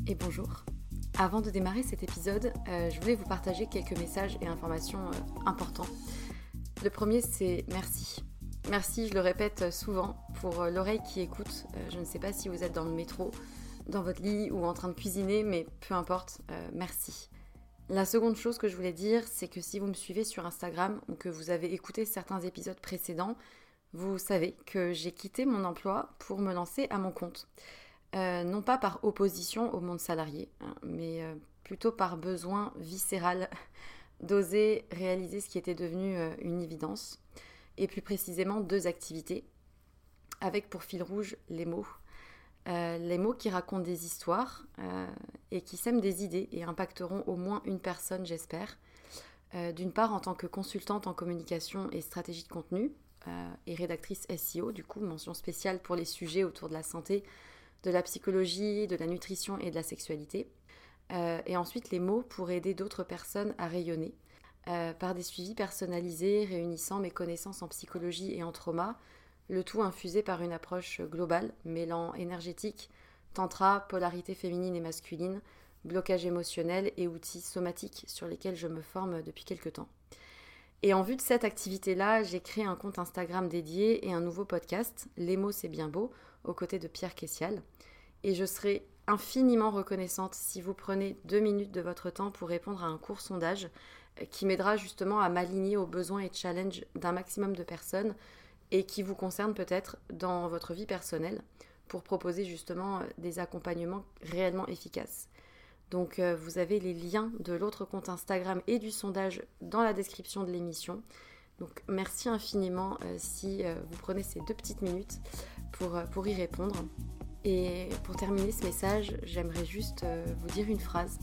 et bonjour. Avant de démarrer cet épisode, je voulais vous partager quelques messages et informations importants. Le premier, c'est merci. Merci, je le répète souvent, pour l'oreille qui écoute. Je ne sais pas si vous êtes dans le métro, dans votre lit ou en train de cuisiner, mais peu importe, merci. La seconde chose que je voulais dire, c'est que si vous me suivez sur Instagram ou que vous avez écouté certains épisodes précédents, vous savez que j'ai quitté mon emploi pour me lancer à mon compte. Non pas par opposition au monde salarié, mais plutôt par besoin viscéral d'oser réaliser ce qui était devenu une évidence, et plus précisément 2 activités, avec pour fil rouge les mots. Les mots qui racontent des histoires et qui sèment des idées et impacteront au moins une personne, j'espère. D'une part, en tant que consultante en communication et stratégie de contenu et rédactrice SEO, du coup, mention spéciale pour les sujets autour de la santé, de la psychologie, de la nutrition et de la sexualité. Et ensuite, les mots pour aider d'autres personnes à rayonner par des suivis personnalisés réunissant mes connaissances en psychologie et en trauma, le tout infusé par une approche globale mêlant énergétique, tantra, polarité féminine et masculine, blocage émotionnel et outils somatiques sur lesquels je me forme depuis quelques temps. Et en vue de cette activité-là, j'ai créé un compte Instagram dédié et un nouveau podcast, Les mots c'est bien beau, aux côtés de Pierre Kessial. Et je serai infiniment reconnaissante si vous prenez 2 minutes de votre temps pour répondre à un court sondage qui m'aidera justement à m'aligner aux besoins et challenges d'un maximum de personnes et qui vous concerne peut-être dans votre vie personnelle pour proposer justement des accompagnements réellement efficaces. Donc vous avez les liens de l'autre compte Instagram et du sondage dans la description de l'émission. Donc merci infiniment si vous prenez ces 2 petites minutes pour y répondre. Et pour terminer ce message, j'aimerais juste vous dire une phrase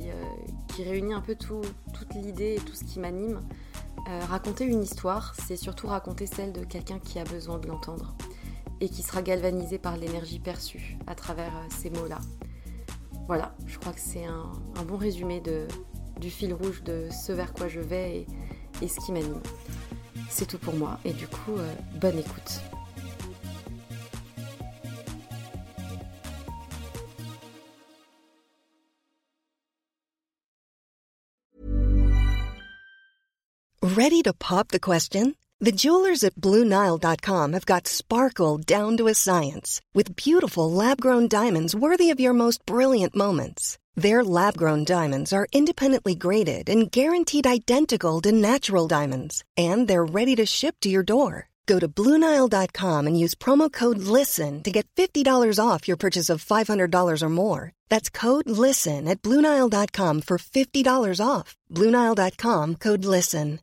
qui réunit un peu toute l'idée et tout ce qui m'anime. Raconter une histoire, c'est surtout raconter celle de quelqu'un qui a besoin de l'entendre et qui sera galvanisé par l'énergie perçue à travers ces mots-là. Voilà, je crois que c'est un bon résumé du fil rouge de ce vers quoi je vais et ce qui m'anime. C'est tout pour moi et du coup, bonne écoute. Ready to pop the question? The jewelers at BlueNile.com have got sparkle down to a science with beautiful lab-grown diamonds worthy of your most brilliant moments. Their lab-grown diamonds are independently graded and guaranteed identical to natural diamonds, and they're ready to ship to your door. Go to BlueNile.com and use promo code LISTEN to get $50 off your purchase of $500 or more. That's code LISTEN at BlueNile.com for $50 off. BlueNile.com, code LISTEN.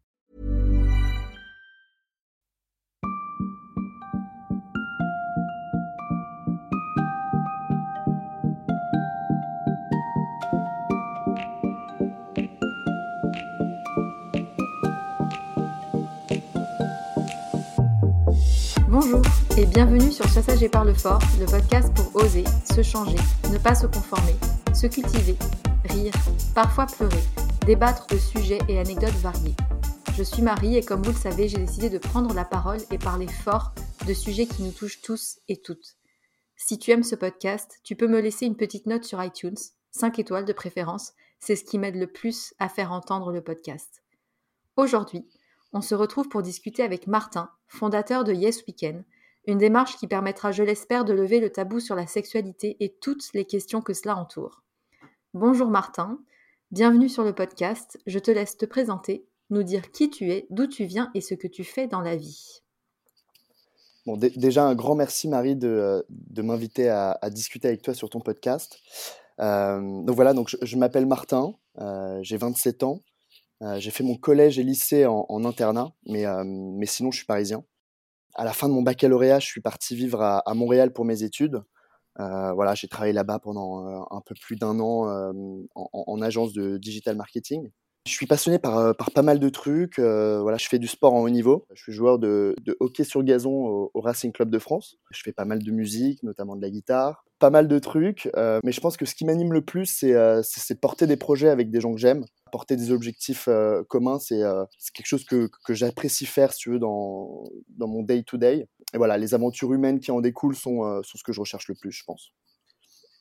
Bonjour et bienvenue sur Chassage et Parle Fort, le podcast pour oser, se changer, ne pas se conformer, se cultiver, rire, parfois pleurer, débattre de sujets et anecdotes variés. Je suis Marie et comme vous le savez, j'ai décidé de prendre la parole et parler fort de sujets qui nous touchent tous et toutes. Si tu aimes ce podcast, tu peux me laisser une petite note sur iTunes, 5 étoiles de préférence, c'est ce qui m'aide le plus à faire entendre le podcast. Aujourd'hui, on se retrouve pour discuter avec Martin, fondateur de Yes Weekend, une démarche qui permettra, je l'espère, de lever le tabou sur la sexualité et toutes les questions que cela entoure. Bonjour Martin, bienvenue sur le podcast, je te laisse te présenter, nous dire qui tu es, d'où tu viens et ce que tu fais dans la vie. Bon, déjà, un grand merci Marie de m'inviter à discuter avec toi sur ton podcast. Donc voilà, je m'appelle Martin, j'ai 27 ans. J'ai fait mon collège et lycée en internat, mais sinon je suis parisien. À la fin de mon baccalauréat, je suis parti vivre à Montréal pour mes études. Voilà, j'ai travaillé là-bas pendant un peu plus d'1 an en agence de digital marketing. Je suis passionné par pas mal de trucs. Voilà, je fais du sport en haut niveau. Je suis joueur de hockey sur gazon au Racing Club de France. Je fais pas mal de musique, notamment de la guitare. Pas mal de trucs, mais je pense que ce qui m'anime le plus, c'est de porter des projets avec des gens que j'aime. Porter des objectifs communs, c'est quelque chose que j'apprécie faire, si tu veux, dans mon day-to-day. Et voilà, les aventures humaines qui en découlent sont ce que je recherche le plus, je pense.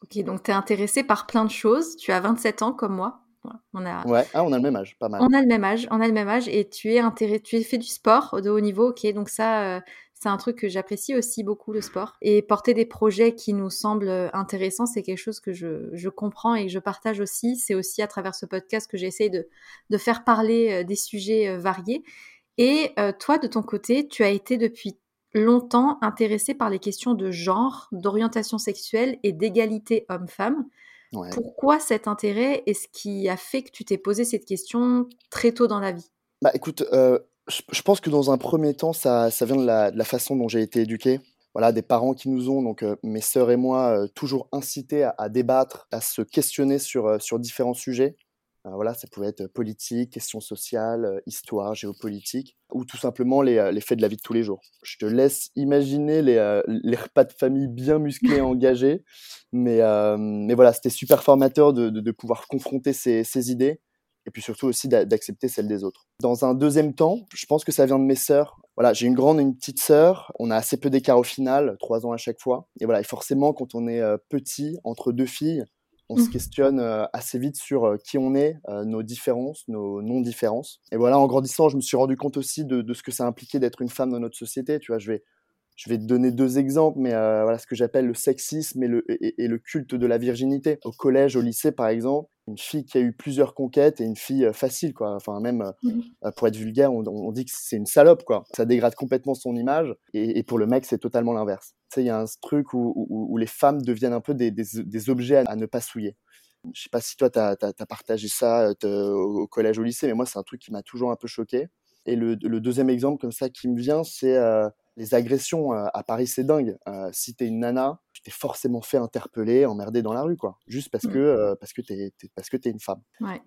Ok, donc tu es intéressé par plein de choses. Tu as 27 ans comme moi. Voilà, Ouais, on a le même âge, pas mal. on a le même âge et tu es fait du sport de haut niveau. Ok, donc ça, c'est un truc que j'apprécie aussi beaucoup, le sport. Et porter des projets qui nous semblent intéressants, c'est quelque chose que je comprends et que je partage aussi. C'est aussi à travers ce podcast que j'essaie de faire parler des sujets variés. Et toi, de ton côté, tu as été depuis longtemps intéressé par les questions de genre, d'orientation sexuelle et d'égalité homme-femme. Ouais. Pourquoi cet intérêt et ce qui a fait que tu t'es posé cette question très tôt dans la vie? Bah, écoute, je pense que dans un premier temps, ça vient de la façon dont j'ai été éduqué. Voilà, des parents qui nous ont donc, mes sœurs et moi, toujours incités à débattre, à se questionner sur différents sujets. Voilà, ça pouvait être politique, questions sociales, histoire, géopolitique ou tout simplement les faits de la vie de tous les jours. Je te laisse imaginer les repas de famille bien musclés et engagés, mais voilà, c'était super formateur de pouvoir confronter ces idées et puis surtout aussi d'accepter celles des autres. Dans un deuxième temps, je pense que ça vient de mes sœurs. Voilà, j'ai une grande et une petite sœur. On a assez peu d'écart au final, 3 ans à chaque fois. Et voilà, et forcément, quand on est petit, entre deux filles, on se Mmh. questionne assez vite sur qui on est, nos différences, nos non-différences. Et voilà, en grandissant, je me suis rendu compte aussi de ce que ça impliquait d'être une femme dans notre société. Tu vois, je vais te donner 2 exemples, mais voilà, ce que j'appelle le sexisme et le culte de la virginité. Au collège, au lycée, par exemple, une fille qui a eu plusieurs conquêtes et une fille facile, quoi. Enfin, même Mmh. pour être vulgaire, on dit que c'est une salope, quoi. Ça dégrade complètement son image, et pour le mec, c'est totalement l'inverse. Tu sais, il y a un truc où les femmes deviennent un peu des objets à ne pas souiller. Je sais pas si toi, tu as partagé ça au collège, au lycée, mais moi, c'est un truc qui m'a toujours un peu choqué. Et le deuxième exemple comme ça qui me vient, c'est les agressions. À Paris, c'est dingue. Si t'es une nana, tu t'es forcément fait interpeller, emmerder dans la rue, quoi. Juste Mmh. parce que parce que t'es une femme. Ouais.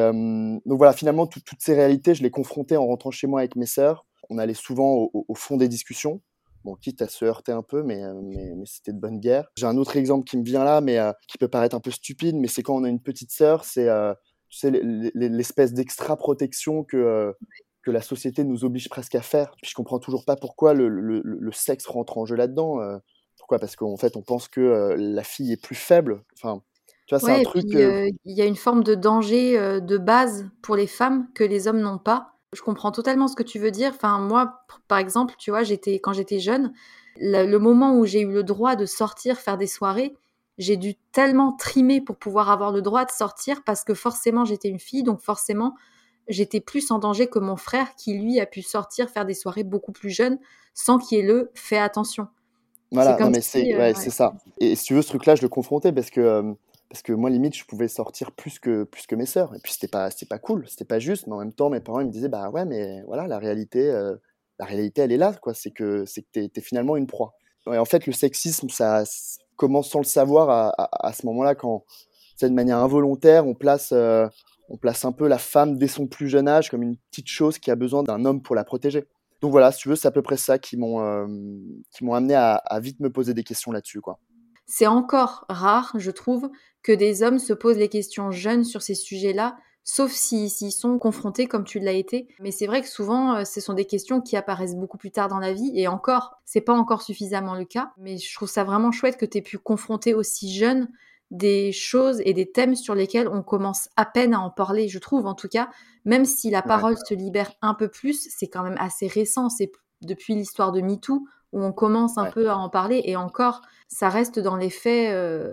Donc voilà, finalement, toutes ces réalités, je les confrontais en rentrant chez moi avec mes sœurs. On allait souvent au fond des discussions. Bon, quitte à se heurter un peu, mais c'était de bonne guerre. J'ai un autre exemple qui me vient là, mais qui peut paraître un peu stupide, mais c'est quand on a une petite sœur, c'est tu sais, l'espèce d'extra protection que la société nous oblige presque à faire. Puis je comprends toujours pas pourquoi le sexe rentre en jeu là-dedans. Pourquoi? Parce qu'en fait, on pense que la fille est plus faible. Enfin, tu vois, c'est un Ouais et truc. puis, il y a une forme de danger, de base pour les femmes que les hommes n'ont pas. Je comprends totalement ce que tu veux dire. Enfin, moi, par exemple, tu vois, quand j'étais jeune, le moment où j'ai eu le droit de sortir, faire des soirées, j'ai dû tellement trimer pour pouvoir avoir le droit de sortir parce que forcément j'étais une fille, donc forcément j'étais plus en danger que mon frère qui, lui, a pu sortir, faire des soirées beaucoup plus jeune sans qu'il y ait le «fais attention». C'est Voilà, non comme mais si, ouais, ouais. c'est ça. Et si tu veux, ce truc-là, je le confrontais parce que moi, limite, je pouvais sortir plus que mes sœurs. Et puis c'était pas cool, c'était pas juste, mais en même temps, mes parents, ils me disaient: «Bah ouais, mais voilà, la réalité, elle est là, quoi. C'est que tu finalement une proie». Ouais, en fait, le sexisme, ça commence sans le savoir à ce moment-là quand, tu sais, de manière involontaire, on place un peu la femme dès son plus jeune âge comme une petite chose qui a besoin d'un homme pour la protéger. Donc voilà, si tu veux, c'est à peu près ça qui m'ont amené à vite me poser des questions là-dessus, quoi. C'est encore rare, je trouve, que des hommes se posent les questions jeunes sur ces sujets-là, sauf s'ils sont confrontés comme tu l'as été. Mais c'est vrai que souvent, ce sont des questions qui apparaissent beaucoup plus tard dans la vie, et encore, c'est pas encore suffisamment le cas. Mais je trouve ça vraiment chouette que tu aies pu confronter aussi jeune des choses et des thèmes sur lesquels on commence à peine à en parler, je trouve en tout cas. Même si la Ouais, parole se libère un peu plus, c'est quand même assez récent. C'est depuis l'histoire de MeToo où on commence un ouais. peu à en parler, et encore, ça reste dans les faits,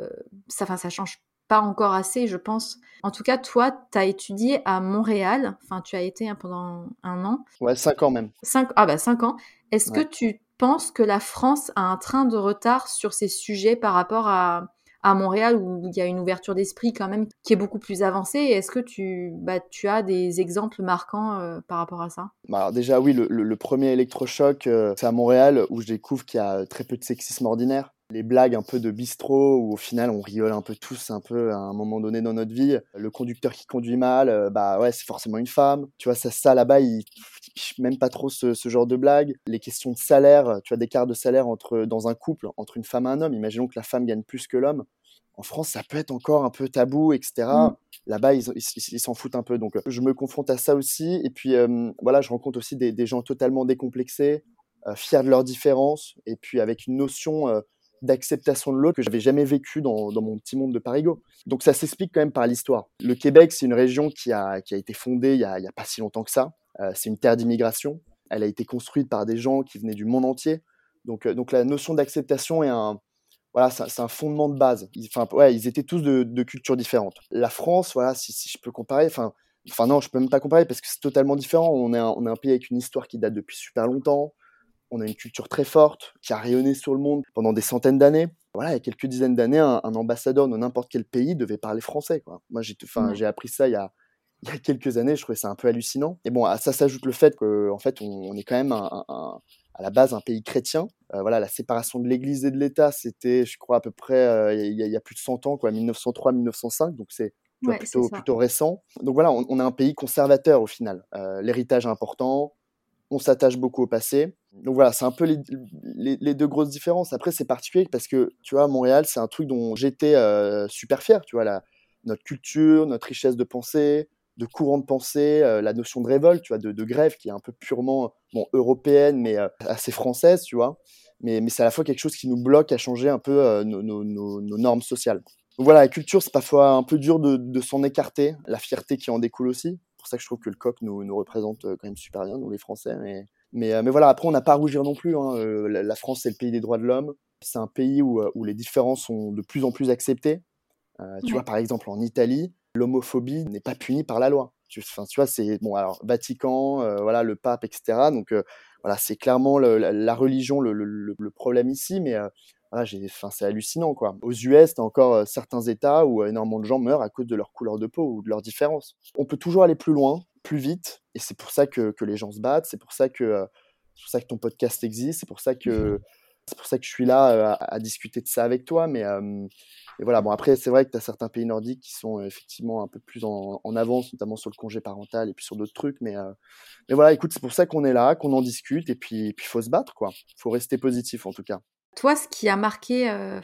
ça change pas encore assez, je pense. En tout cas, toi, tu as étudié à Montréal, enfin, tu as été, hein, pendant 1 an. Ouais, 5 ans même. 5 ans. Est-ce que Ouais. tu penses que la France a un train de retard sur ces sujets par rapport à Montréal, où il y a une ouverture d'esprit quand même qui est beaucoup plus avancée? Et est-ce que tu as des exemples marquants, par rapport à ça? Bah, alors déjà, oui, le 1er électrochoc, c'est à Montréal où je découvre qu'il y a très peu de sexisme ordinaire. Les blagues un peu de bistrot où au final on rigole un peu tous un peu à un moment donné dans notre vie. Le conducteur qui conduit mal, bah ouais, c'est forcément une femme. Tu vois, ça là-bas, ils pichent même pas trop ce genre de blagues. Les questions de salaire, tu vois, d'écart de salaire dans un couple, entre une femme et un homme. Imaginons que la femme gagne plus que l'homme. En France, ça peut être encore un peu tabou, et Mmh. cetera. Là-bas, ils s'en foutent un peu. Donc, je me confronte à ça aussi. Et puis, voilà, je rencontre aussi des gens totalement décomplexés, fiers de leurs différences, et puis avec une notion d'acceptation de l'autre que j'avais jamais vécu dans mon petit monde de Parigot. Donc ça s'explique quand même par l'histoire. Le Québec, c'est une région qui a été fondée il y a pas si longtemps que ça. C'est une terre d'immigration. Elle a été construite par des gens qui venaient du monde entier. Donc la notion d'acceptation est voilà, c'est un fondement de base. Ils étaient tous de cultures différentes. La France, voilà, si je peux comparer, enfin non, je peux même pas comparer parce que c'est totalement différent. On est un pays avec une histoire qui date depuis super longtemps. On a une culture très forte qui a rayonné sur le monde pendant des centaines d'années. Voilà, il y a quelques dizaines d'années, un ambassadeur de n'importe quel pays devait parler français, quoi. Moi, j'ai appris ça il y a quelques années. Je trouvais ça un peu hallucinant. Et bon, à ça s'ajoute le fait qu'en fait, on est quand même à la base un pays chrétien. Voilà, la séparation de l'Église et de l'État, c'était, je crois, à peu près il y a plus de 100 ans, quoi, 1903-1905. Donc c'est plutôt récent. Donc voilà, on est un pays conservateur au final. L'héritage est important. On s'attache beaucoup au passé. Donc voilà, c'est un peu les deux grosses différences. Après, c'est particulier parce que, tu vois, Montréal, c'est un truc dont j'étais super fier. Tu vois, notre culture, notre richesse de pensée, de courant de pensée, la notion de révolte, tu vois, de grève qui est un peu purement européenne, mais assez française, tu vois. Mais c'est à la fois quelque chose qui nous bloque à changer un peu nos normes sociales. Donc voilà, la culture, c'est parfois un peu dur de s'en écarter. La fierté qui en découle aussi. C'est pour ça que je trouve que le coq nous représente quand même super bien, nous les Français. Mais voilà, après, on n'a pas à rougir non plus. Hein. La France, c'est le pays des droits de l'homme. C'est un pays où les différences sont de plus en plus acceptées. Tu vois, par exemple, en Italie, l'homophobie n'est pas punie par la loi. Tu vois, c'est bon. Alors, Vatican, voilà, le pape, etc. Donc, voilà, c'est clairement la religion le problème ici. Mais voilà, c'est hallucinant, quoi. Aux US, t'as encore certains États où énormément de gens meurent à cause de leur couleur de peau ou de leurs différences. On peut toujours aller plus loin, plus vite, et c'est pour ça que les gens se battent. C'est pour ça que ton podcast existe. C'est pour ça que je suis là à discuter de ça avec toi. Mais voilà, bon, après, c'est vrai que tu as certains pays nordiques qui sont effectivement un peu plus en avance, notamment sur le congé parental et puis sur d'autres trucs. Mais voilà, écoute, c'est pour ça qu'on est là, qu'on en discute. Et puis, il faut se battre, quoi. Il faut rester positif, en tout cas. Toi, ce qui a marqué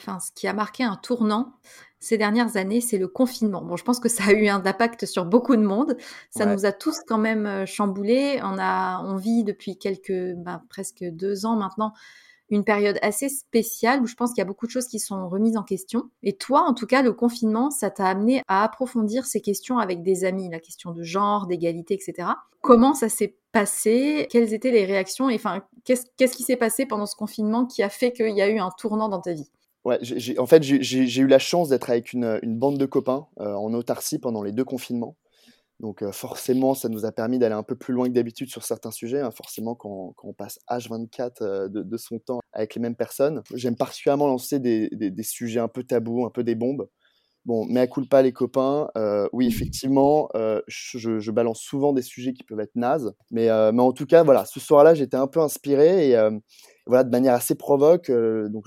un tournant ces dernières années, c'est le confinement. Bon, je pense que ça a eu un impact sur beaucoup de monde. Ça nous a tous quand même chamboulés. On vit depuis presque 2 ans maintenant, une période assez spéciale où je pense qu'il y a beaucoup de choses qui sont remises en question. Et toi, en tout cas, le confinement, ça t'a amené à approfondir ces questions avec des amis, la question de genre, d'égalité, etc. Comment ça s'est passé? Quelles étaient les réactions? Et enfin, qu'est-ce qui s'est passé pendant ce confinement qui a fait qu'il y a eu un tournant dans ta vie? Ouais, en fait, j'ai eu la chance d'être avec une bande de copains en autarcie pendant les 2 confinements. Donc forcément, ça nous a permis d'aller un peu plus loin que d'habitude sur certains sujets. Hein. Forcément, quand on passe H24 de son temps avec les mêmes personnes. J'aime particulièrement lancer des sujets un peu tabous, un peu des bombes. Bon, mea culpa les copains. Oui, effectivement, je balance souvent des sujets qui peuvent être nazes. Mais en tout cas, voilà, ce soir-là, j'étais un peu inspiré et voilà, de manière assez provoque. Donc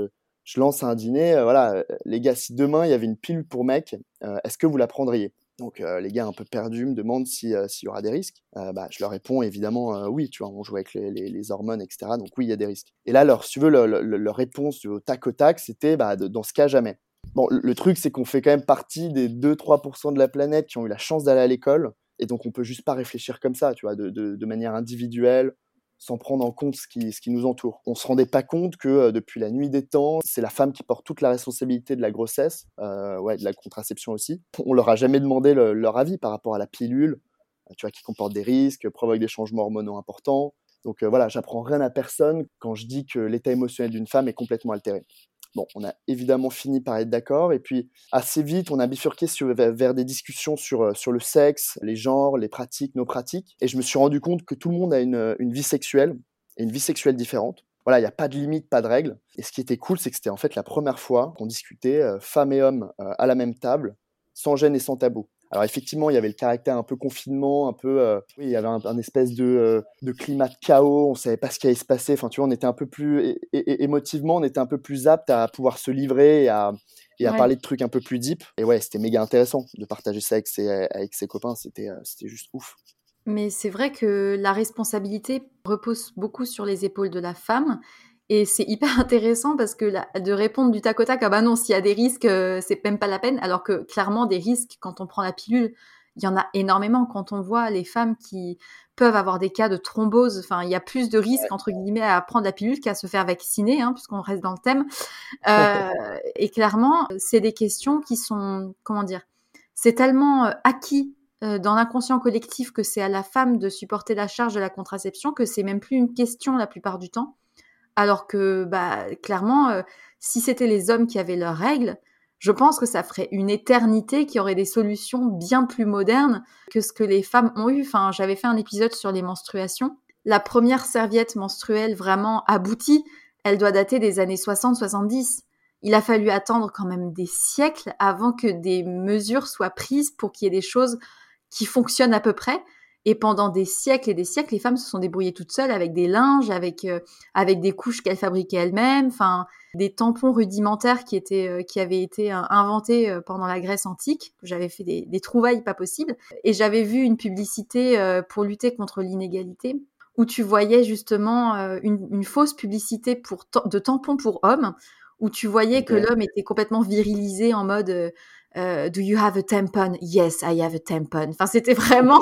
je lance un dîner. Voilà, les gars, si demain il y avait une pilule pour mecs, est-ce que vous la prendriez? Donc les gars un peu perdus me demandent s'il y aura des risques. Je leur réponds évidemment oui, tu vois, on joue avec les hormones, etc. Donc oui, il y a des risques. Et là, si tu veux, leur réponse au tac, c'était dans ce cas, jamais. Bon, le truc, c'est qu'on fait quand même partie des 2-3% de la planète qui ont eu la chance d'aller à l'école. Et donc, on peut juste pas réfléchir comme ça, tu vois, de manière individuelle, sans prendre en compte ce qui nous entoure. On se rendait pas compte que depuis la nuit des temps, c'est la femme qui porte toute la responsabilité de la grossesse, de la contraception aussi. On leur a jamais demandé leur avis par rapport à la pilule, tu vois, qui comporte des risques, provoque des changements hormonaux importants. Donc voilà, j'apprends rien à personne quand je dis que l'état émotionnel d'une femme est complètement altéré. Bon, on a évidemment fini par être d'accord, et puis assez vite, on a bifurqué vers des discussions sur le sexe, les genres, les pratiques, nos pratiques, et je me suis rendu compte que tout le monde a une vie sexuelle, et une vie sexuelle différente. Voilà, il n'y a pas de limite, pas de règle, et ce qui était cool, c'est que c'était en fait la première fois qu'on discutait, femmes et hommes, à la même table, sans gêne et sans tabou. Alors effectivement, il y avait le caractère un peu confinement, un peu, oui, il y avait un espèce de climat de chaos, on savait pas ce qui allait se passer. Enfin, tu vois, on était un peu plus émotivement, on était un peu plus apte à pouvoir se livrer et à parler de trucs un peu plus deep. Et ouais, c'était méga intéressant de partager ça avec ses copains. C'était juste ouf. Mais c'est vrai que la responsabilité repose beaucoup sur les épaules de la femme. Et c'est hyper intéressant parce que de répondre du tac au tac, ah bah non, s'il y a des risques, c'est même pas la peine. Alors que clairement, des risques, quand on prend la pilule, il y en a énormément. Quand on voit les femmes qui peuvent avoir des cas de thrombose, enfin, il y a plus de risques, entre guillemets, à prendre la pilule qu'à se faire vacciner, hein, puisqu'on reste dans le thème. Et clairement, c'est des questions qui sont, comment dire, c'est tellement acquis dans l'inconscient collectif que c'est à la femme de supporter la charge de la contraception que c'est même plus une question la plupart du temps. Alors que, clairement, si c'était les hommes qui avaient leurs règles, je pense que ça ferait une éternité qu'il y aurait des solutions bien plus modernes que ce que les femmes ont eu. Enfin, j'avais fait un épisode sur les menstruations. La première serviette menstruelle vraiment aboutie, elle doit dater des années 60-70. Il a fallu attendre quand même des siècles avant que des mesures soient prises pour qu'il y ait des choses qui fonctionnent à peu près. Et pendant des siècles et des siècles, les femmes se sont débrouillées toutes seules avec des linges, avec des couches qu'elles fabriquaient elles-mêmes, enfin des tampons rudimentaires qui avaient été inventés pendant la Grèce antique. J'avais fait des trouvailles pas possibles. Et j'avais vu une publicité pour lutter contre l'inégalité où tu voyais justement une fausse publicité de tampons pour hommes, où tu voyais que l'homme était complètement virilisé en mode do you have a tampon? Yes, I have a tampon. Enfin, c'était vraiment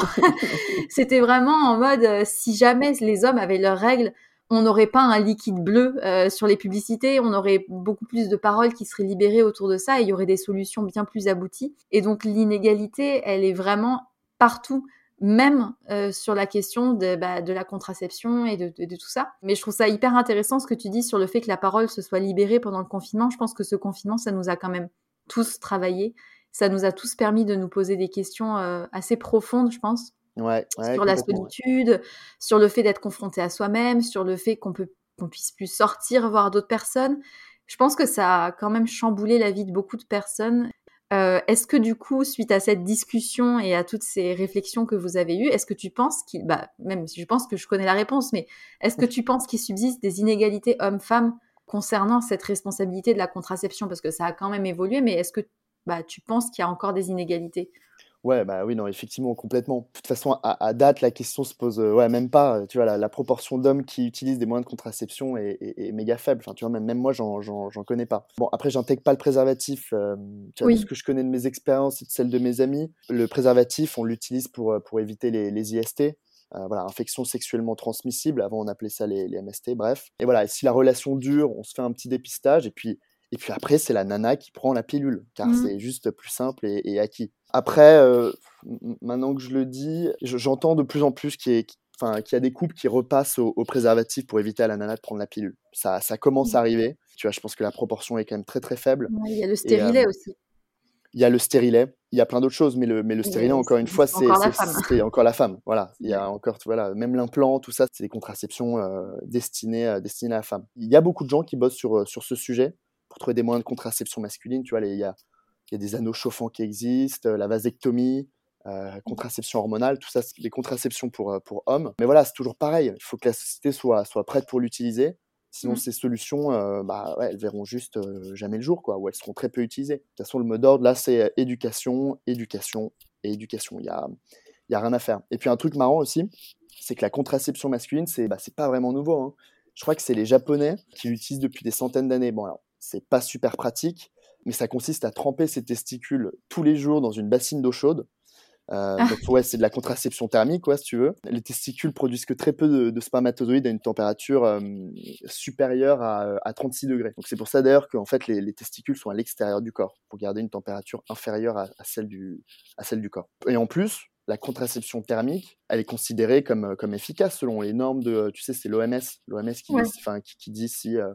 en mode si jamais les hommes avaient leurs règles, on n'aurait pas un liquide bleu sur les publicités, on aurait beaucoup plus de paroles qui seraient libérées autour de ça et il y aurait des solutions bien plus abouties. Et donc l'inégalité, elle est vraiment partout, même sur la question de la contraception et de tout ça. Mais je trouve ça hyper intéressant ce que tu dis sur le fait que la parole se soit libérée pendant le confinement. Je pense que ce confinement, ça nous a quand même tous travaillé. Ça nous a tous permis de nous poser des questions assez profondes, je pense, sur la solitude, sur le fait d'être confronté à soi-même, sur le fait qu'on puisse plus sortir voir d'autres personnes. Je pense que ça a quand même chamboulé la vie de beaucoup de personnes. Est-ce que du coup, suite à cette discussion et à toutes ces réflexions que vous avez eues, est-ce que tu penses même si je pense que je connais la réponse, mais est-ce que tu penses qu'il subsiste des inégalités hommes-femmes concernant cette responsabilité de la contraception? Parce que ça a quand même évolué, mais est-ce que tu penses qu'il y a encore des inégalités? Ouais, oui, non, effectivement, complètement. De toute façon, à date, la question se pose même pas. Tu vois, la proportion d'hommes qui utilisent des moyens de contraception est méga faible. Enfin, tu vois, même moi, j'en connais pas. Bon, après, j'intègre pas le préservatif. Tu vois, de ce que je connais de mes expériences et de celles de mes amis, le préservatif, on l'utilise pour éviter les IST. Voilà, infections sexuellement transmissibles. Avant, on appelait ça les MST, bref. Et voilà, et si la relation dure, on se fait un petit dépistage. Et puis après, c'est la nana qui prend la pilule, car c'est juste plus simple et acquis. Après, maintenant que je le dis, j'entends de plus en plus qu'il y a des couples qui repassent au préservatif pour éviter à la nana de prendre la pilule. Ça commence à arriver. Tu vois, je pense que la proportion est quand même très, très faible. Ouais, il y a le stérilet aussi. Il y a le stérilet, il y a plein d'autres choses, mais le stérilet, encore une fois, c'est encore la femme. Voilà, il y a encore, voilà, même l'implant, tout ça, c'est des contraceptions destinées à la femme. Il y a beaucoup de gens qui bossent sur ce sujet pour trouver des moyens de contraception masculine. Tu vois, il y a des anneaux chauffants qui existent, la vasectomie, contraception hormonale, tout ça, c'est des contraceptions pour hommes. Mais voilà, c'est toujours pareil. Il faut que la société soit prête pour l'utiliser. Sinon, ces solutions, elles verront juste jamais le jour, quoi, ou elles seront très peu utilisées. De toute façon, le mot d'ordre, là, c'est éducation, éducation et éducation. Il y a rien à faire. Et puis, un truc marrant aussi, c'est que la contraception masculine, c'est pas vraiment nouveau, hein. Je crois que c'est les Japonais qui l'utilisent depuis des centaines d'années. Bon, alors, c'est pas super pratique, mais ça consiste à tremper ses testicules tous les jours dans une bassine d'eau chaude. Donc ouais, c'est de la contraception thermique, quoi, si tu veux. Les testicules produisent que très peu de spermatozoïdes à une température supérieure à 36 degrés. Donc c'est pour ça d'ailleurs qu'en fait les testicules sont à l'extérieur du corps pour garder une température inférieure à celle du corps. Et en plus, la contraception thermique, elle est considérée comme efficace selon les normes de, tu sais, c'est l'OMS qui dit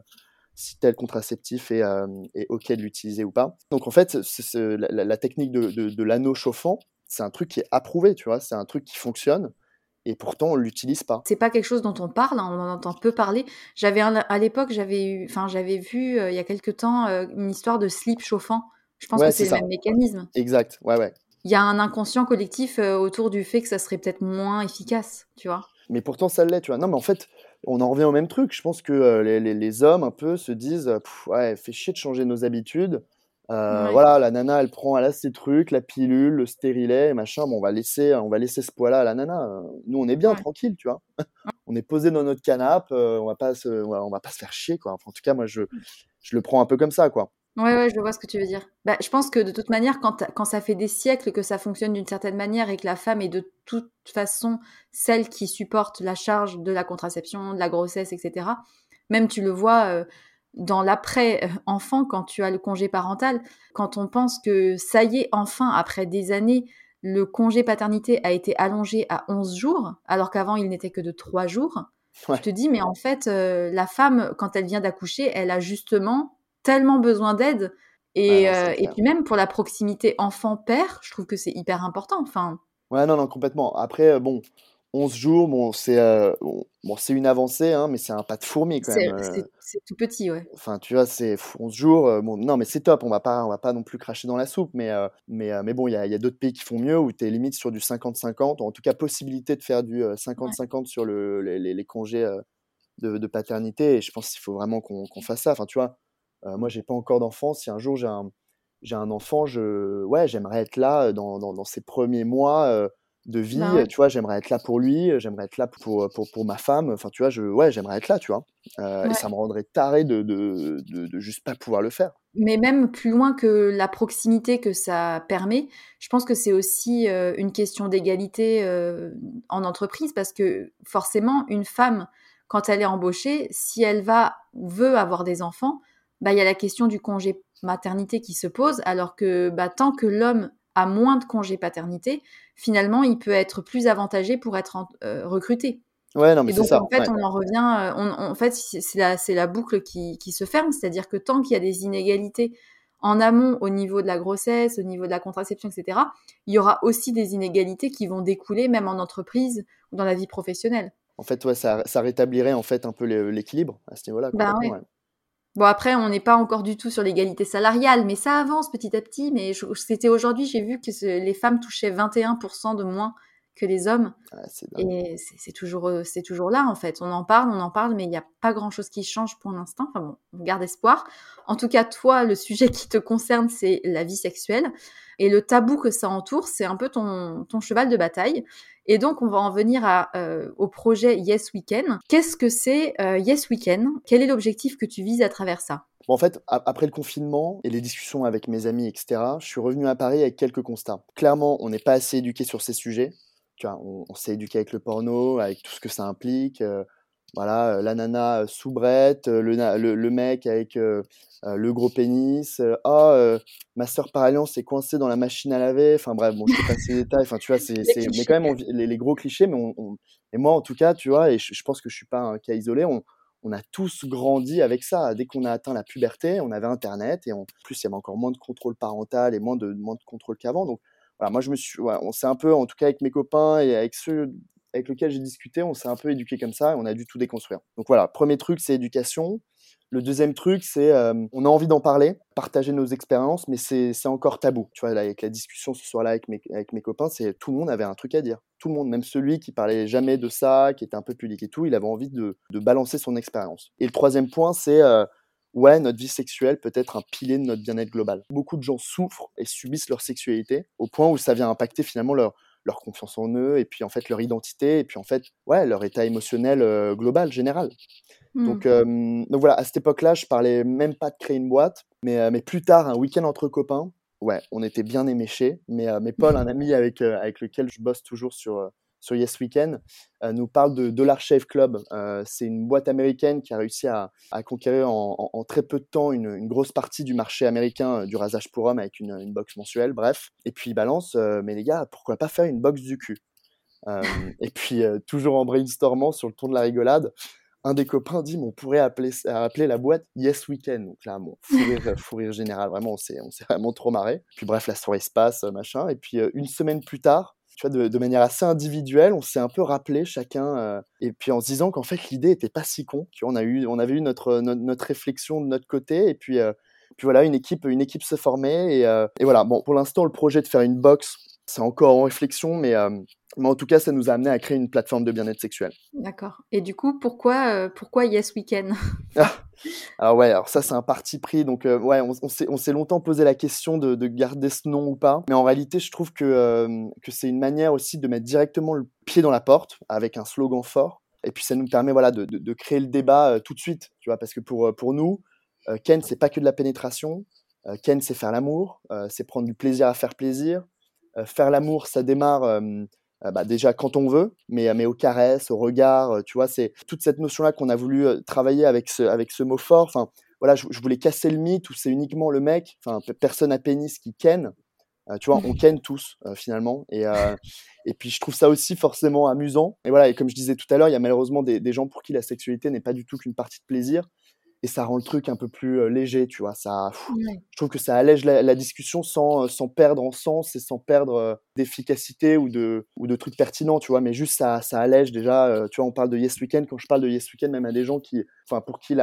si tel contraceptif est OK de l'utiliser ou pas. Donc en fait, la technique de l'anneau chauffant, c'est un truc qui est approuvé, tu vois, c'est un truc qui fonctionne, et pourtant on l'utilise pas. C'est pas quelque chose dont on parle, hein, on en entend peu parler. À l'époque, j'avais vu il y a quelque temps une histoire de slip chauffant. Je pense que c'est le même mécanisme. Exact, ouais. Il y a un inconscient collectif autour du fait que ça serait peut-être moins efficace, tu vois. Mais pourtant ça l'est, tu vois. Non, mais en fait, on en revient au même truc. Je pense que les hommes un peu se disent ouais, fait chier de changer nos habitudes. Voilà, la nana, elle a ses trucs, la pilule, le stérilet, machin. Bon, on va laisser ce poids-là à la nana. Nous, on est bien, tranquille, tu vois. On est posé dans notre canapé, on va pas se faire chier, quoi. Enfin, en tout cas, moi, je le prends un peu comme ça, quoi. Ouais, je vois ce que tu veux dire. Bah, je pense que de toute manière, quand ça fait des siècles que ça fonctionne d'une certaine manière et que la femme est de toute façon celle qui supporte la charge de la contraception, de la grossesse, etc. Même tu le vois dans l'après-enfant, quand tu as le congé parental, quand on pense que ça y est, enfin, après des années, le congé paternité a été allongé à 11 jours, alors qu'avant il n'était que de 3 jours. Tu Ouais, te dis, mais en fait, la femme, quand elle vient d'accoucher, elle a justement tellement besoin d'aide. ouais, Et, non, euh, c'est et clair. puis même pour la proximité enfant-père, je trouve que c'est hyper important. Enfin, Ouais, non, non, complètement. Après, bon, 11 jours, bon, c'est une avancée, hein, mais c'est un pas de fourmi quand c'est même. c'est- c'est tout petit, ouais. Enfin, tu vois, 11 jours. Bon, non, mais c'est top. On va pas non plus cracher dans la soupe. Mais bon, il y a d'autres pays qui font mieux où tu es limite sur du 50-50, ou en tout cas, possibilité de faire du Ouais. 50-50 sur les congés de paternité. Et je pense qu'il faut vraiment qu'on fasse ça. Enfin, tu vois, moi, j'ai pas encore d'enfant. Si un jour j'ai un enfant, ouais, j'aimerais être là dans ses premiers mois de Ben vie. ouais. Tu vois, j'aimerais être là pour lui, j'aimerais être là pour ma femme. Enfin, tu vois, ouais, j'aimerais être là, tu vois. Et ça Ouais. me rendrait taré de juste pas pouvoir le faire. Mais même plus loin que la proximité que ça permet, je pense que c'est aussi une question d'égalité en entreprise parce que forcément, une femme, quand elle est embauchée, si elle veut avoir des enfants, bah, il y a la question du congé maternité qui se pose, alors que bah, tant que l'homme a moins de congé paternité, finalement, il peut être plus avantagé pour être recruté. Ouais, non, mais Et c'est donc, ça. en fait, Ouais. on en revient, en fait, c'est la boucle qui se ferme, c'est-à-dire que tant qu'il y a des inégalités en amont au niveau de la grossesse, au niveau de la contraception, etc., il y aura aussi des inégalités qui vont découler même en entreprise ou dans la vie professionnelle. En fait, ouais, ça rétablirait en fait un peu l'équilibre à ce niveau-là, Ben complètement. ouais. Ouais. Bon, après, on n'est pas encore du tout sur l'égalité salariale, mais ça avance petit à petit. Mais c'était aujourd'hui, j'ai vu que les femmes touchaient 21% de moins que les hommes. Ouais, c'est dingue. Et c'est toujours là, en fait. On en parle, mais il n'y a pas grand-chose qui change pour l'instant. Enfin bon, on garde espoir. En tout cas, toi, le sujet qui te concerne, c'est la vie sexuelle. Et le tabou que ça entoure, c'est un peu ton cheval de bataille. Et donc, on va en venir au projet Yes Weekend. Qu'est-ce que c'est Yes Weekend? Quel est l'objectif que tu vises à travers ça? Bon, en fait, après le confinement et les discussions avec mes amis, etc., je suis revenu à Paris avec quelques constats. Clairement, on n'est pas assez éduqué sur ces sujets. Tu vois, on s'est éduqué avec le porno, avec tout ce que ça implique. Voilà, la nana soubrette, le mec avec le gros pénis. Ma sœur par alliance est coincée dans la machine à laver. Enfin bref, bon, je te passe les détails. Enfin, tu vois, Les mais clichés. quand même, les gros clichés. Et moi, en tout cas, tu vois, et je pense que je suis pas un cas isolé. On a tous grandi avec ça. Dès qu'on a atteint la puberté, on avait Internet et en plus, il y avait encore moins de contrôle parental et moins de contrôle qu'avant. Donc, voilà, moi, ouais, on s'est un peu, en tout cas avec mes copains et avec ceux avec lesquels j'ai discuté, on s'est un peu éduqué comme ça et on a dû tout déconstruire. Donc voilà, premier truc, c'est éducation. Le deuxième truc, c'est on a envie d'en parler, partager nos expériences, mais c'est encore tabou. Tu vois, là, avec la discussion ce soir-là avec mes copains, c'est tout le monde avait un truc à dire. Tout le monde, même celui qui parlait jamais de ça, qui était un peu pudique et tout, il avait envie de balancer son expérience. Et le troisième point, c'est ouais, notre vie sexuelle peut être un pilier de notre bien-être global. Beaucoup de gens souffrent et subissent leur sexualité au point où ça vient impacter finalement leur confiance en eux et puis en fait leur identité et puis en fait ouais leur état émotionnel global général. Hmm. Donc voilà, à cette époque-là, je parlais même pas de créer une boîte, mais plus tard, un week-end entre copains, ouais, on était bien éméchés. Mais Paul, un ami avec lequel je bosse toujours sur Yes Weekend, nous parle de Dollar Shave Club. C'est une boîte américaine qui a réussi à conquérir en très peu de temps une grosse partie du marché américain du rasage pour hommes avec une box mensuelle, bref. Et puis il balance, mais les gars, pourquoi pas faire une box du cul? Et puis, toujours en brainstormant sur le ton de la rigolade, un des copains dit, mais on pourrait appeler la boîte Yes Weekend. Donc là, bon, fou rire général, vraiment, on s'est vraiment trop marré. Puis bref, la soirée se passe, machin. Et puis, une semaine plus tard, tu vois, de manière assez individuelle, on s'est un peu rappelé chacun, et puis en se disant qu'en fait, l'idée était pas si con. Tu vois, on avait eu notre réflexion de notre côté, et puis voilà, une équipe se formait, et voilà. Bon, pour l'instant, le projet de faire une box, c'est encore en réflexion, mais en tout cas, ça nous a amené à créer une plateforme de bien-être sexuel. D'accord. Et du coup, pourquoi Yes Weekend? Ah, Enfin, alors ouais, alors ça c'est un parti pris, donc ouais, on s'est longtemps posé la question de garder ce nom ou pas, mais en réalité je trouve que c'est une manière aussi de mettre directement le pied dans la porte avec un slogan fort, et puis ça nous permet voilà de créer le débat tout de suite, tu vois, parce que pour nous, Ken c'est pas que de la pénétration, Ken, c'est faire l'amour, c'est prendre du plaisir à faire plaisir. Faire l'amour, ça démarre déjà quand on veut, mais aux caresses, au regard, tu vois, c'est toute cette notion-là qu'on a voulu travailler avec ce mot fort. Enfin, voilà, je voulais casser le mythe où c'est uniquement le mec, enfin, personne à pénis qui ken. Tu vois, on ken tous finalement. Et puis je trouve ça aussi forcément amusant. Et voilà, et comme je disais tout à l'heure, il y a malheureusement des gens pour qui la sexualité n'est pas du tout qu'une partie de plaisir. Et ça rend le truc un peu plus léger, tu vois. Ouais. Je trouve que ça allège la discussion sans perdre en sens et sans perdre d'efficacité ou de trucs pertinents, tu vois. Mais juste ça allège déjà. Tu vois, on parle de Yes Weekend. Quand je parle de Yes Weekend, même à des gens pour qui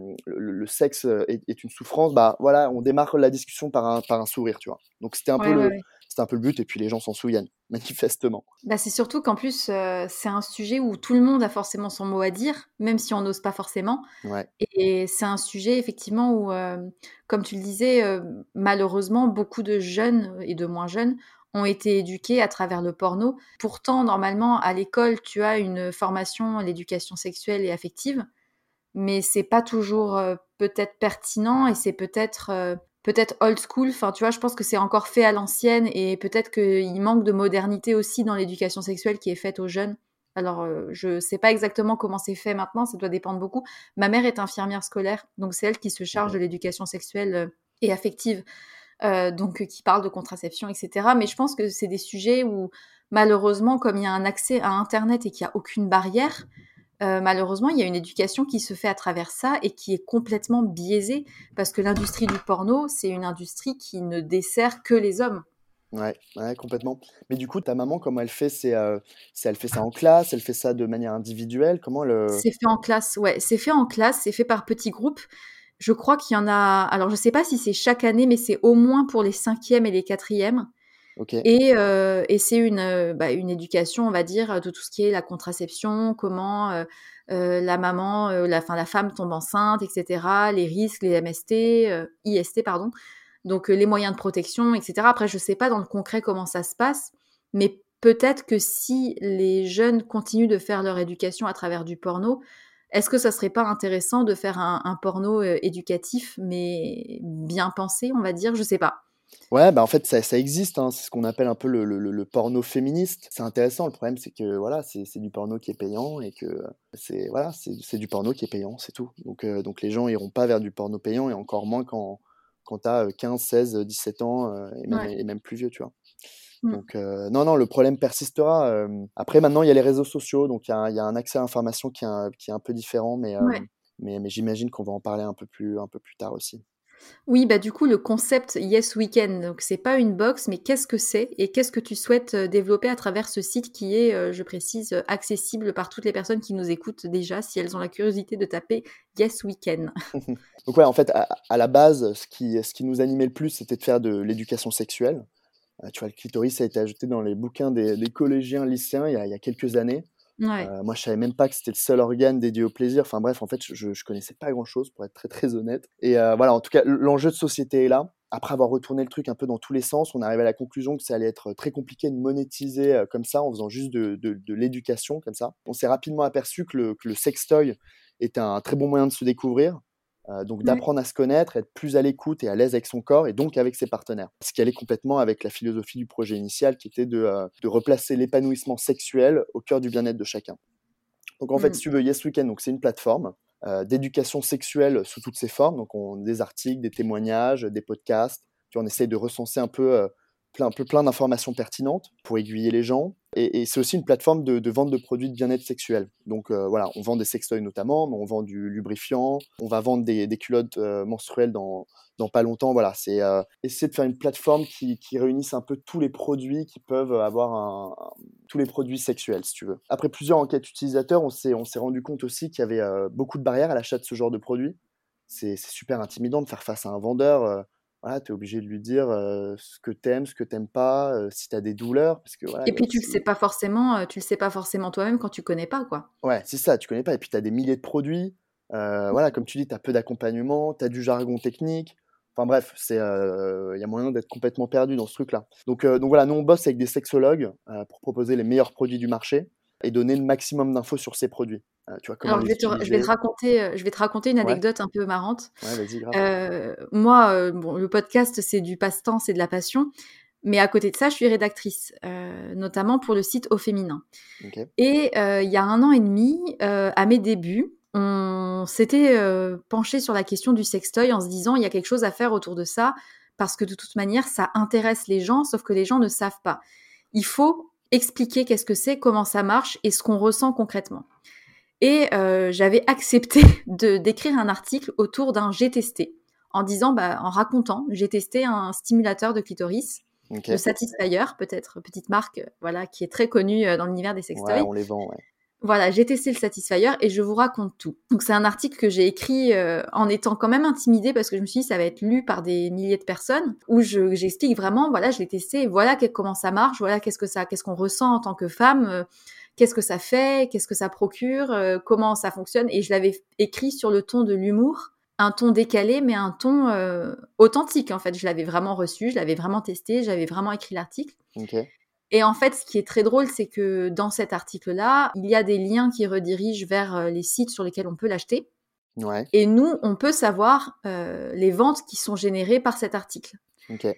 le sexe est une souffrance, bah voilà, on démarre la discussion par un sourire, tu vois. Donc Ouais, ouais, ouais. c'était un peu le but. Et puis les gens s'en souviennent, manifestement. Bah, c'est surtout qu'en plus, c'est un sujet où tout le monde a forcément son mot à dire, même si on n'ose pas forcément. Ouais, Et c'est un sujet effectivement où, comme tu le disais, malheureusement, beaucoup de jeunes et de moins jeunes ont été éduqués à travers le porno. Pourtant, normalement, à l'école, tu as une formation à l'éducation sexuelle et affective, mais c'est pas toujours, peut-être pertinent et c'est peut-être old school. Enfin, tu vois, je pense que c'est encore fait à l'ancienne et peut-être qu'il manque de modernité aussi dans l'éducation sexuelle qui est faite aux jeunes. Alors, je sais pas exactement comment c'est fait maintenant, ça doit dépendre beaucoup. Ma mère est infirmière scolaire, donc c'est elle qui se charge de ok. l'éducation sexuelle, et affective, donc qui parle de contraception et cetera. Mais je pense que c'est des sujets où malheureusement, comme il y a un accès à internet et qu'il y a aucune barrière, malheureusement, il y a une éducation qui se fait à travers ça et qui est complètement biaisée parce que l'industrie du porno, c'est une industrie qui ne dessert que les hommes. Ouais, ouais, complètement. Mais du coup, ta maman, comment elle fait? Elle fait ça en classe? Elle fait ça de manière individuelle? Comment le C'est fait en classe, ouais, c'est fait en classe, c'est fait par petits groupes. Je crois qu'il y en a, alors je sais pas si c'est chaque année, mais c'est au moins pour les cinquièmes et les quatrièmes. OK. Et c'est une éducation, on va dire, de tout ce qui est la contraception, comment la maman, la femme tombe enceinte, etc., les risques, les MST, IST, pardon. Donc les moyens de protection, etc. Après, je sais pas dans le concret comment ça se passe, mais peut-être que si les jeunes continuent de faire leur éducation à travers du porno, est-ce que ça serait pas intéressant de faire un porno éducatif, mais bien pensé, on va dire? Je sais pas. Ouais, bah, en fait, ça existe, hein. C'est ce qu'on appelle un peu le porno féministe. C'est intéressant. Le problème, c'est que, voilà, c'est du porno qui est payant et que, c'est du porno qui est payant, c'est tout. Donc les gens iront pas vers du porno payant et encore moins quand tu as, 15, 16, 17 ans, Ouais. et même plus vieux, tu vois? Mmh. Donc non, non, le problème persistera, après maintenant, il y a les réseaux sociaux, donc il y a un accès à l'information qui est un peu différent, Ouais. mais j'imagine qu'on va en parler un peu plus tard aussi. Oui, bah, du coup, le concept Yes Weekend, donc c'est pas une box, mais qu'est-ce que c'est et qu'est-ce que tu souhaites, développer à travers ce site qui est, je précise, accessible par toutes les personnes qui nous écoutent déjà, si elles ont la curiosité de taper Yes Weekend? Donc ouais, en fait, à la base, ce qui nous animait le plus, c'était de faire de l'éducation sexuelle. Tu vois, le clitoris a été ajouté dans les bouquins des collégiens, lycéens, il y a quelques années. Ouais. Moi, je savais même pas que c'était le seul organe dédié au plaisir. Enfin bref, en fait, je connaissais pas grand-chose, pour être très, très honnête. Et voilà, en tout cas, l'enjeu de société est là. Après avoir retourné le truc un peu dans tous les sens, on arrive à la conclusion que ça allait être très compliqué de monétiser, comme ça, en faisant juste de l'éducation comme ça. On s'est rapidement aperçu que le sextoy était un très bon moyen de se découvrir, donc Ouais. d'apprendre à se connaître, être plus à l'écoute et à l'aise avec son corps et donc avec ses partenaires. Ce qui allait complètement avec la philosophie du projet initial qui était de replacer l'épanouissement sexuel au cœur du bien-être de chacun. Donc en fait, Mmh. si tu veux, Yes Weekend, donc c'est une plateforme d'éducation sexuelle sous toutes ses formes. Donc on a des articles, des témoignages, des podcasts. Tu vois, on essaye de recenser un peu plein d'informations pertinentes pour aiguiller les gens. Et c'est aussi une plateforme de vente de produits de bien-être sexuel. Donc voilà, on vend des sextoys notamment, mais on vend du lubrifiant, on va vendre des culottes menstruelles dans pas longtemps. Voilà, c'est essayer de faire une plateforme qui réunisse un peu tous les produits qui peuvent avoir tous les produits sexuels, si tu veux. Après plusieurs enquêtes utilisateurs, on s'est rendu compte aussi qu'il y avait beaucoup de barrières à l'achat de ce genre de produit. C'est super intimidant de faire face à un vendeur. Voilà, tu es obligé de lui dire ce que t'aimes, ce que t'aimes pas, si tu as des douleurs, parce que voilà, Et il y a puis aussi. tu le sais pas forcément toi-même quand tu connais pas, quoi. Ouais, c'est ça, tu connais pas. Et puis tu as des milliers de produits. Voilà, comme tu dis, tu as peu d'accompagnement, tu as du jargon technique. Enfin bref, il y a moyen d'être complètement perdu dans ce truc-là. Donc voilà, nous on bosse avec des sexologues pour proposer les meilleurs produits du marché. et donner le maximum d'infos sur ces produits. Tu vois, comment Alors les je vais utiliser. je vais te raconter une Ouais, anecdote un peu marrante. ouais, vas-y, grave. Moi, bon, le podcast, c'est du passe-temps, c'est de la passion, mais à côté de ça, je suis rédactrice, notamment pour le site Au Féminin. Ok. Et il y a 1 an et demi, à mes débuts, on s'était penché sur la question du sextoy en se disant il y a quelque chose à faire autour de ça parce que de toute manière, ça intéresse les gens, sauf que les gens ne savent pas. Il faut expliquer qu'est-ce que c'est, comment ça marche et ce qu'on ressent concrètement. Et j'avais accepté d'écrire un article autour d'un j'ai testé, en disant, en racontant, j'ai testé un stimulateur de clitoris, Ok. le Satisfyer, peut-être, petite marque, voilà, qui est très connue dans l'univers des Ouais, sextoys. on les vend, ouais. Voilà, j'ai testé le Satisfyer et je vous raconte tout. Donc c'est un article que j'ai écrit en étant quand même intimidée parce que je me suis dit ça va être lu par des milliers de personnes où j'explique vraiment, voilà, je l'ai testé, et voilà comment ça marche, voilà qu'est-ce qu'on ressent en tant que femme, qu'est-ce que ça fait, qu'est-ce que ça procure, comment ça fonctionne. Et je l'avais écrit sur le ton de l'humour, un ton décalé mais un ton authentique en fait. Je l'avais vraiment reçu, je l'avais vraiment testé, j'avais vraiment écrit l'article. Ok. Et en fait, ce qui est très drôle, c'est que dans cet article-là, il y a des liens qui redirigent vers les sites sur lesquels on peut l'acheter. Ouais. Et nous, on peut savoir les ventes qui sont générées par cet article. Ok.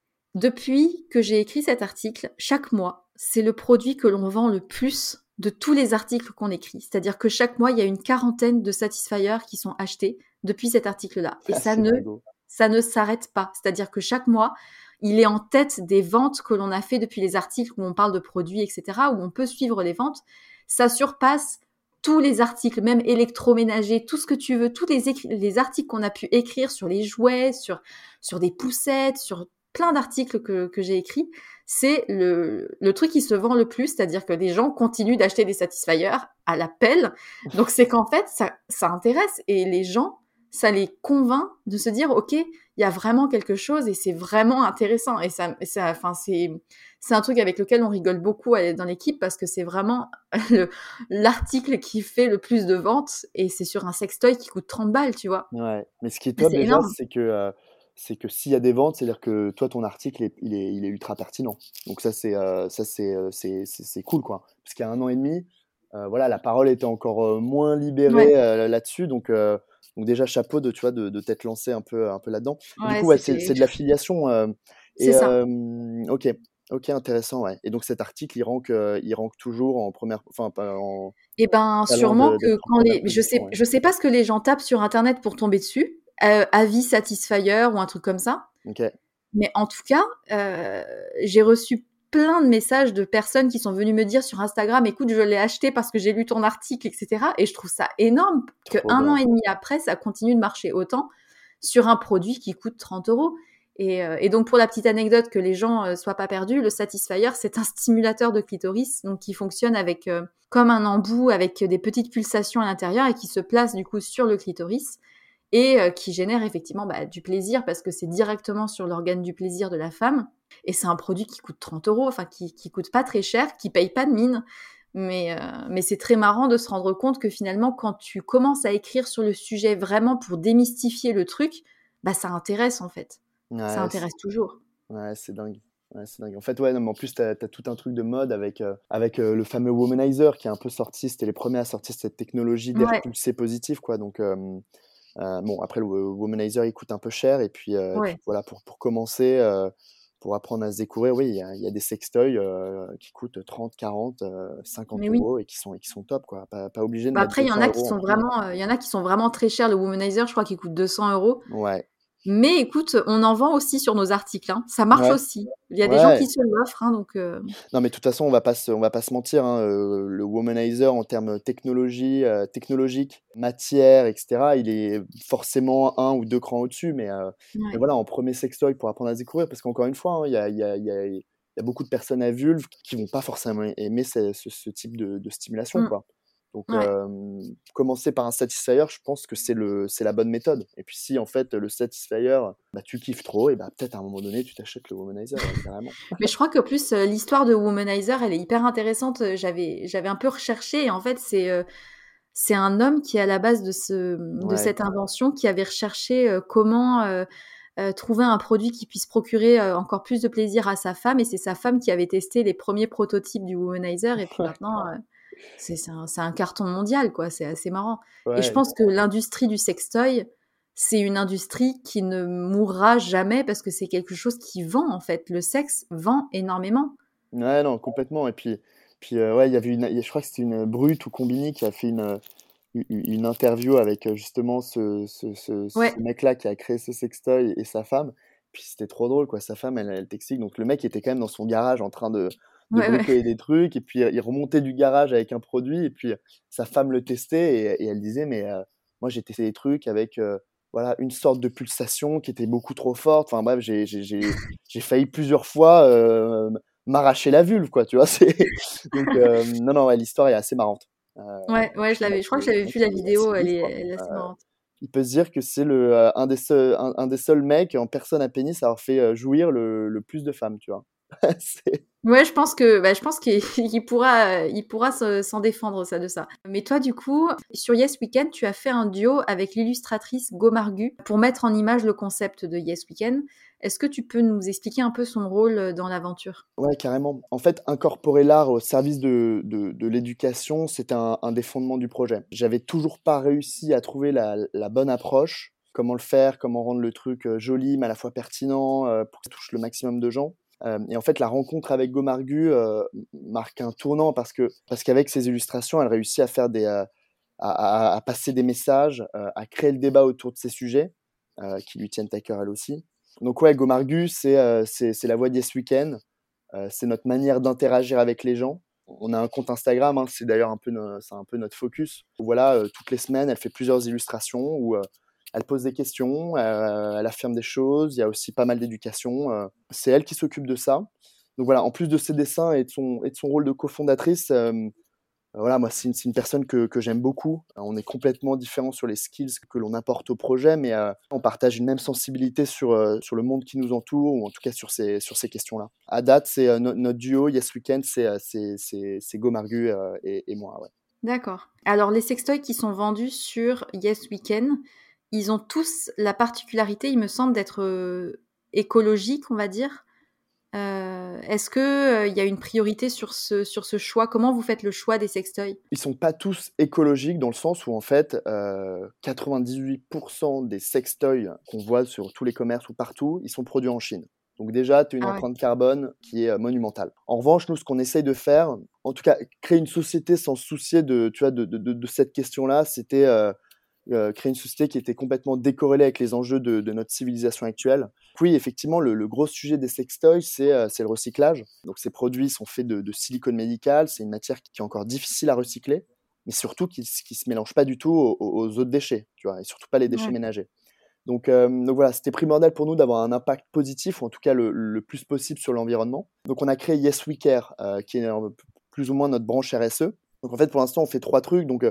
Depuis que j'ai écrit cet article, chaque mois, c'est le produit que l'on vend le plus de tous les articles qu'on écrit. C'est-à-dire que chaque mois, il y a une 40aine de Satisfyer qui sont achetés depuis cet article-là. Et C'est dingo. ça ne s'arrête pas. C'est-à-dire que chaque mois, il est en tête des ventes que l'on a fait depuis les articles où on parle de produits, etc., où on peut suivre les ventes. Ça surpasse tous les articles, même électroménagers, tout ce que tu veux, tous les articles qu'on a pu écrire sur les jouets, sur des poussettes, sur plein d'articles que j'ai écrits. C'est le truc qui se vend le plus, c'est-à-dire que les gens continuent d'acheter des Satisfyer à la pelle. Donc c'est qu'en fait, ça intéresse et les gens, ça les convainc de se dire, ok, il y a vraiment quelque chose et c'est vraiment intéressant. Et enfin, c'est un truc avec lequel on rigole beaucoup dans l'équipe parce que c'est vraiment l'article qui fait le plus de ventes et c'est sur un sextoy qui coûte 30 balles, tu vois. Ouais. Mais ce qui est Et top c'est déjà, énorme. c'est que s'il y a des ventes, c'est-à-dire que toi, ton article, il est ultra pertinent. Donc c'est cool, quoi. Parce qu'il y a 1 an et demi, voilà, la parole était encore moins libérée Ouais, là-dessus. Donc déjà, chapeau tu vois, de t'être lancé un peu là-dedans. Et du ouais, coup, ouais, c'est de l'affiliation. c'est Et ça. ok, ok, intéressant, ouais. Et donc cet article, il rank toujours en première, enfin, Eh ben, pas loin sûrement que d'être en quand première je position, ouais. je sais pas ce que les gens tapent sur internet pour tomber dessus, avis Satisfyer ou un truc comme ça. Ok, Mais en tout cas, j'ai reçu plein de messages de personnes qui sont venues me dire sur Instagram: «Écoute, je l'ai acheté parce que j'ai lu ton article» et cetera. Et je trouve ça énorme que trop 1 an bien. et demi après, ça continue de marcher autant sur un produit qui coûte 30 €. Et donc pour la petite anecdote, que les gens soient pas perdus, le Satisfyer, c'est un stimulateur de clitoris, donc qui fonctionne avec comme un embout avec des petites pulsations à l'intérieur et qui se place du coup sur le clitoris et qui génère effectivement du plaisir parce que c'est directement sur l'organe du plaisir de la femme. Et c'est un produit qui coûte 30 €, enfin qui coûte pas très cher, qui paye pas de mine. Mais c'est très marrant de se rendre compte que finalement, quand tu commences à écrire sur le sujet vraiment pour démystifier le truc, ça intéresse en fait. Ça Ouais, intéresse toujours. ouais, c'est dingue. Ouais, c'est dingue. En fait, ouais, non, mais en plus, t'as tout un truc de mode avec le fameux Womanizer qui est un peu sorti. C'était les premiers à sortir cette technologie d'air Ouais, pulsé positif, quoi. Donc, bon, après, le Womanizer, il coûte un peu cher. Et puis ouais. voilà, pour commencer, pour apprendre à se découvrir, oui, il y a des sextoys qui coûtent 30, 40, 50 Mais oui. euros et qui sont top, quoi. Pas obligé de mettre Après, 200 euros en plus. il y en a qui sont vraiment très chers. Le Womanizer, je crois qu'il coûte 200 €. Ouais, Mais écoute, on en vend aussi sur nos articles, hein. Ça marche ouais, aussi. Il y a des gens qui ouais. se l'offrent, hein, donc Non, mais de toute façon, on va pas se mentir, hein, le womanizer en termes technologie, technologique, matière, etc., il est forcément un ou deux crans au-dessus, mais ouais. voilà, en premier sextoy pour apprendre à se découvrir, parce qu'encore une fois, hein, il y a beaucoup de personnes à vulve qui vont pas forcément aimer ce type de stimulation, Mmh. quoi. Donc, Ouais. commencer par un Satisfyer, je pense que c'est la bonne méthode. Et puis si en fait le Satisfyer, tu kiffes trop, et peut-être à un moment donné, tu t'achètes le womanizer, ouais, carrément. Mais je crois que plus, l'histoire de Womanizer, elle est hyper intéressante. J'avais un peu recherché et en fait, c'est un homme qui est à la base de Ouais. cette invention, qui avait recherché, comment, trouver un produit qui puisse procurer, encore plus de plaisir à sa femme et c'est sa femme qui avait testé les premiers prototypes du Womanizer et puis maintenant, C'est un carton mondial, quoi. C'est assez marrant. Et je Ouais, pense que l'industrie du sextoy, c'est une industrie qui ne mourra jamais parce que c'est quelque chose qui vend, en fait. Le sexe vend énormément. ouais, non, complètement. Et puis ouais, il y avait je crois que c'était une Brut ou Combini qui a fait une interview avec justement ce Ouais, mec-là qui a créé ce sextoy et sa femme. Puis c'était trop drôle, quoi. Sa femme, elle t'explique. Donc le mec était quand même dans son garage en train de ouais, ouais. bricoler des trucs. Et puis il remontait du garage avec un produit. Et puis sa femme le testait et elle disait, mais moi j'ai testé des trucs avec voilà, une sorte de pulsation qui était beaucoup trop forte. Enfin bref, j'ai failli plusieurs fois m'arracher la vulve, quoi. Tu vois, donc non, non, ouais, l'histoire est assez marrante. Euh, Ouais, ouais, je crois que j'avais vu la vidéo, c'est ouf, quoi. elle est assez marrante. Il peut se dire que c'est un des seuls mecs en personne à pénis à avoir fait jouir le plus de femmes, tu vois. C'est- Ouais, je pense qu'il il pourra s'en défendre ça de ça. Mais toi, du coup, sur Yes Weekend, tu as fait un duo avec l'illustratrice Go Margu pour mettre en image le concept de Yes Weekend. Est-ce que tu peux nous expliquer un peu son rôle dans l'aventure? Ouais, carrément. En fait, incorporer l'art au service de l'éducation, c'était un des fondements du projet. J'avais toujours pas réussi à trouver la bonne approche, comment le faire, comment rendre le truc joli, mais à la fois pertinent, pour que ça touche le maximum de gens. Et en fait, la rencontre avec Gomargu marque un tournant parce qu'avec ses illustrations, elle réussit à faire à passer des messages, à créer le débat autour de ces sujets qui lui tiennent à cœur elle aussi. Donc ouais, Gomargu, c'est la voix d'Yes Weekend. C'est notre manière d'interagir avec les gens. On a un compte Instagram, hein, c'est d'ailleurs c'est un peu notre focus. Voilà, toutes les semaines, elle fait plusieurs illustrations où elle pose des questions, elle affirme des choses. Il y a aussi pas mal d'éducation. C'est elle qui s'occupe de ça. Donc voilà, en plus de ses dessins et de son rôle de cofondatrice, voilà, moi, c'est une personne que j'aime beaucoup. On est complètement différents sur les skills que l'on apporte au projet, mais on partage une même sensibilité sur le monde qui nous entoure, ou en tout cas sur ces questions-là. À date, c'est notre duo, Yes Weekend, c'est Go Margu et moi. Ouais. D'accord. Alors, les sextoys qui sont vendus sur Yes Weekend, ils ont tous la particularité, il me semble, d'être écologiques, on va dire. Est-ce que il y a une priorité sur ce choix? Comment vous faites le choix des sextoys? Ils sont pas tous écologiques dans le sens où en fait, 98% des sextoys qu'on voit sur tous les commerces ou partout, ils sont produits en Chine. Donc déjà, tu as une Ah ouais. empreinte carbone qui est monumentale. En revanche, nous, ce qu'on essaye de faire, en tout cas, créer une société sans se soucier tu vois, de cette question-là, c'était créer une société qui était complètement décorrélée avec les enjeux de notre civilisation actuelle. Oui, effectivement, le gros sujet des sextoys, c'est le recyclage. Donc ces produits sont faits de silicone médical, c'est une matière qui est encore difficile à recycler, mais surtout qui ne se mélange pas du tout aux autres déchets, tu vois, et surtout pas les déchets Ouais. ménagers. Donc voilà, c'était primordial pour nous d'avoir un impact positif, ou en tout cas le plus possible sur l'environnement. Donc on a créé Yes We Care, qui est plus ou moins notre branche RSE. Donc en fait, pour l'instant, on fait trois trucs. Donc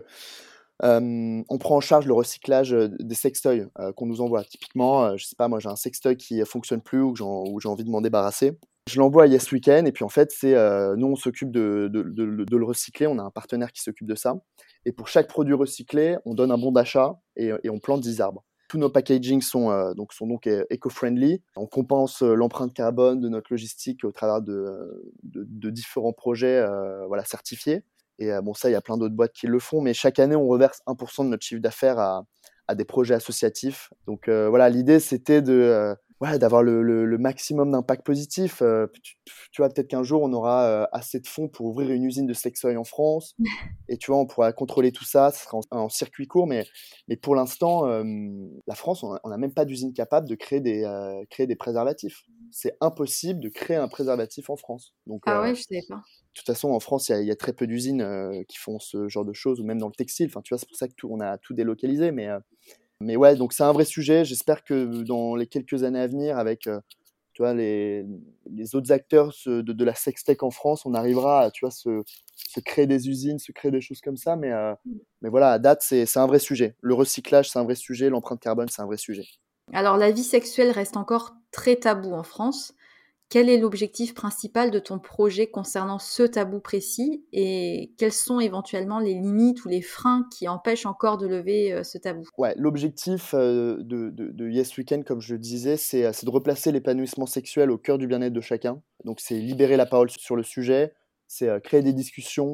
on prend en charge le recyclage des sextoys qu'on nous envoie. Typiquement, je sais pas, moi j'ai un sextoy qui fonctionne plus ou ou j'ai envie de m'en débarrasser. Je l'envoie à Yes Weekend et puis en fait, nous on s'occupe de le recycler. On a un partenaire qui s'occupe de ça. Et pour chaque produit recyclé, on donne un bon d'achat et on plante 10 arbres. Tous nos packaging sont donc éco-friendly. On compense l'empreinte carbone de notre logistique au travers de différents projets voilà, certifiés. Et bon, ça, il y a plein d'autres boîtes qui le font, mais chaque année, on reverse 1% de notre chiffre d'affaires à des projets associatifs. Donc voilà, l'idée, c'était voilà, d'avoir le maximum d'impact positif. Tu vois, peut-être qu'un jour, on aura assez de fonds pour ouvrir une usine de sextoy en France. Et tu vois, on pourra contrôler tout ça, ce sera en circuit court, mais pour l'instant, la France, on n'a même pas d'usine capable de créer des préservatifs. C'est impossible de créer un préservatif en France. Donc, Ah ouais, je savais pas. de toute façon, en France, il y a très peu d'usines qui font ce genre de choses, ou même dans le textile. Enfin, tu vois, c'est pour ça que on a tout délocalisé. Mais ouais, donc c'est un vrai sujet. J'espère que dans les quelques années à venir, avec tu vois, les autres acteurs de la sextech en France, on arrivera à tu vois, se créer des usines, se créer des choses comme ça. Mais voilà, à date, c'est un vrai sujet. Le recyclage, c'est un vrai sujet. L'empreinte carbone, c'est un vrai sujet. Alors, la vie sexuelle reste encore très tabou en France. Quel est l'objectif principal de ton projet concernant ce tabou précis et quelles sont éventuellement les limites ou les freins qui empêchent encore de lever ce tabou? Ouais, l'objectif de Yes Weekend, comme je le disais, c'est de replacer l'épanouissement sexuel au cœur du bien-être de chacun. Donc, c'est libérer la parole sur le sujet, c'est créer des discussions,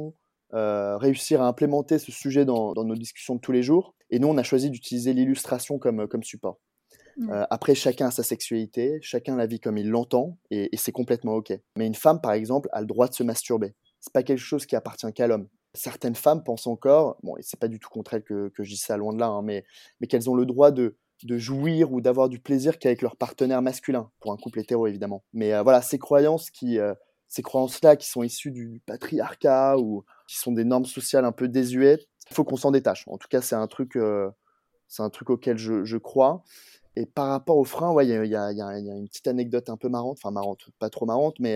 réussir à implémenter ce sujet dans nos discussions de tous les jours. Et nous, on a choisi d'utiliser l'illustration comme support. Ouais. Après, chacun a sa sexualité, chacun la vit comme il l'entend, et c'est complètement OK. Mais une femme, par exemple, a le droit de se masturber. C'est pas quelque chose qui appartient qu'à l'homme. Certaines femmes pensent encore, bon, et c'est pas du tout contre elles que je dis ça, loin de là, hein, mais qu'elles ont le droit de jouir ou d'avoir du plaisir qu'avec leur partenaire masculin, pour un couple hétéro évidemment. Mais voilà, ces croyances-là qui sont issues du patriarcat ou qui sont des normes sociales un peu désuètes, il faut qu'on s'en détache. En tout cas, c'est un truc auquel je crois. Et par rapport aux freins, ouais, il y a une petite anecdote un peu marrante, enfin marrante, pas trop marrante, mais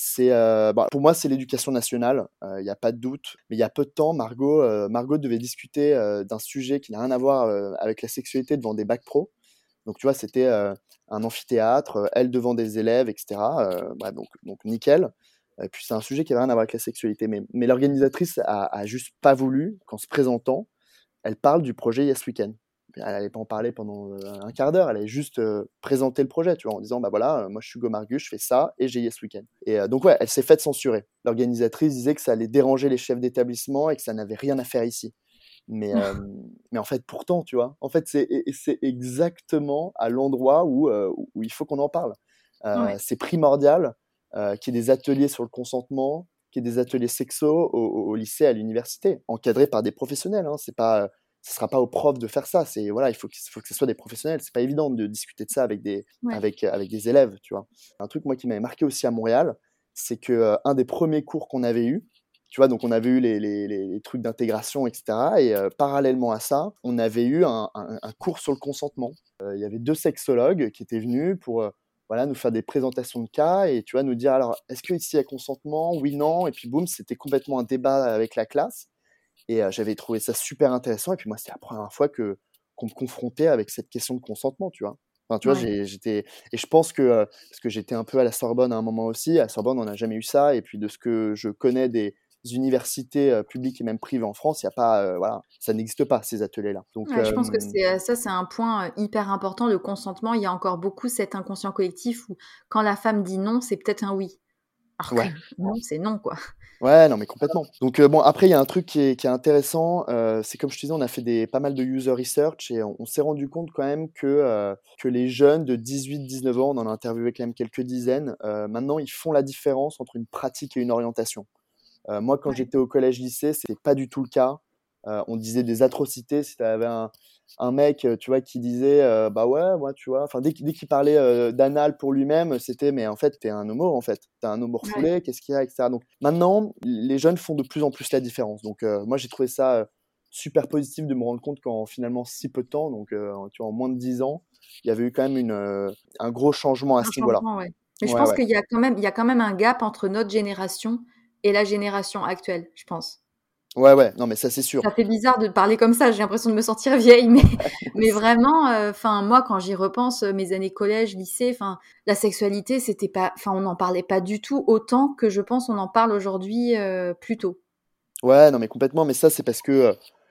pour moi, c'est l'éducation nationale, il y a pas de doute. Mais il y a peu de temps, Margot devait discuter d'un sujet qui n'a rien à voir avec la sexualité devant des bacs pro. Donc tu vois, c'était un amphithéâtre, elle devant des élèves, etc. Donc nickel. Et puis c'est un sujet qui n'avait rien à voir avec la sexualité. Mais l'organisatrice a juste pas voulu qu'en se présentant, elle parle du projet Yes Weekend. Elle n'allait pas en parler pendant un quart d'heure, elle allait juste présenter le projet, tu vois, en disant bah voilà, moi je suis Hugo Margus, je fais ça et j'ai Yes Weekend. Et donc ouais, elle s'est faite censurer. L'organisatrice disait que ça allait déranger les chefs d'établissement et que ça n'avait rien à faire ici. Mais, euh, mais en fait, pourtant, tu vois, en fait, c'est exactement à l'endroit où il faut qu'on en parle. Ouais. C'est primordial qu'il y ait des ateliers sur le consentement, qu'il y ait des ateliers sexo au lycée, à l'université, encadrés par des professionnels. Hein. C'est pas, ce sera pas aux profs de faire ça. C'est voilà, il faut que ce soit des professionnels. C'est pas évident de discuter de ça Ouais. avec des élèves, tu vois. Un truc moi qui m'avait marqué aussi à Montréal, c'est que un des premiers cours qu'on avait eu, tu vois, donc on avait eu les trucs d'intégration, etc. Et parallèlement à ça, on avait eu un cours sur le consentement. Il y avait 2 sexologues qui étaient venus pour voilà, nous faire des présentations de cas et tu vois, nous dire alors, est-ce qu'ici il y a consentement? Oui, non. Et puis boum, c'était complètement un débat avec la classe. Et j'avais trouvé ça super intéressant. Et puis moi, c'était la première fois qu'on me confrontait avec cette question de consentement, tu vois. Enfin, tu vois, Ouais. j'étais. Et je pense que, parce que j'étais un peu à la Sorbonne à un moment aussi, à la Sorbonne, on n'a jamais eu ça. Et puis de ce que je connais des universités publiques et même privées en France, il y a pas, voilà, ça n'existe pas, ces ateliers-là. Donc, Ouais, je pense que c'est un point, hyper important, le consentement. Il y a encore beaucoup cet inconscient collectif où quand la femme dit non, c'est peut-être un oui. Alors que ouais. non, c'est non, quoi. Ouais, non, mais complètement. Donc, bon, après, il y a un truc qui est intéressant, c'est comme je te disais, on a fait pas mal de user research et on s'est rendu compte quand même que les jeunes de 18-19 ans, on en a interviewé quand même quelques dizaines, maintenant, ils font la différence entre une pratique et une orientation. Moi, quand Ouais. j'étais au collège-lycée, c'était pas du tout le cas. On disait des atrocités. Si tu avais un mec, tu vois, qui disait, bah ouais, moi, tu vois, enfin, dès qu'il parlait d'anal pour lui-même, c'était, mais en fait, t'es un homo, en fait. T'es un homo Ouais. refoulé, qu'est-ce qu'il y a, etc. Donc maintenant, les jeunes font de plus en plus la différence. Donc moi, j'ai trouvé ça super positif de me rendre compte qu'en finalement si peu de temps, donc tu vois, en moins de 10 ans, il y avait eu quand même un gros changement à Un ce niveau-là. changement, ouais. Mais je Ouais, pense ouais. qu'il y a quand même un gap entre notre génération et la génération actuelle, je pense. Ouais, ouais, non, mais ça, c'est sûr. Ça fait bizarre de parler comme ça, j'ai l'impression de me sentir vieille, mais vraiment, enfin, moi, quand j'y repense, mes années collège, lycée, enfin, la sexualité, c'était pas enfin, on n'en parlait pas du tout autant que je pense on en parle aujourd'hui, plus tôt. Ouais, non, mais complètement. Mais ça, c'est parce que,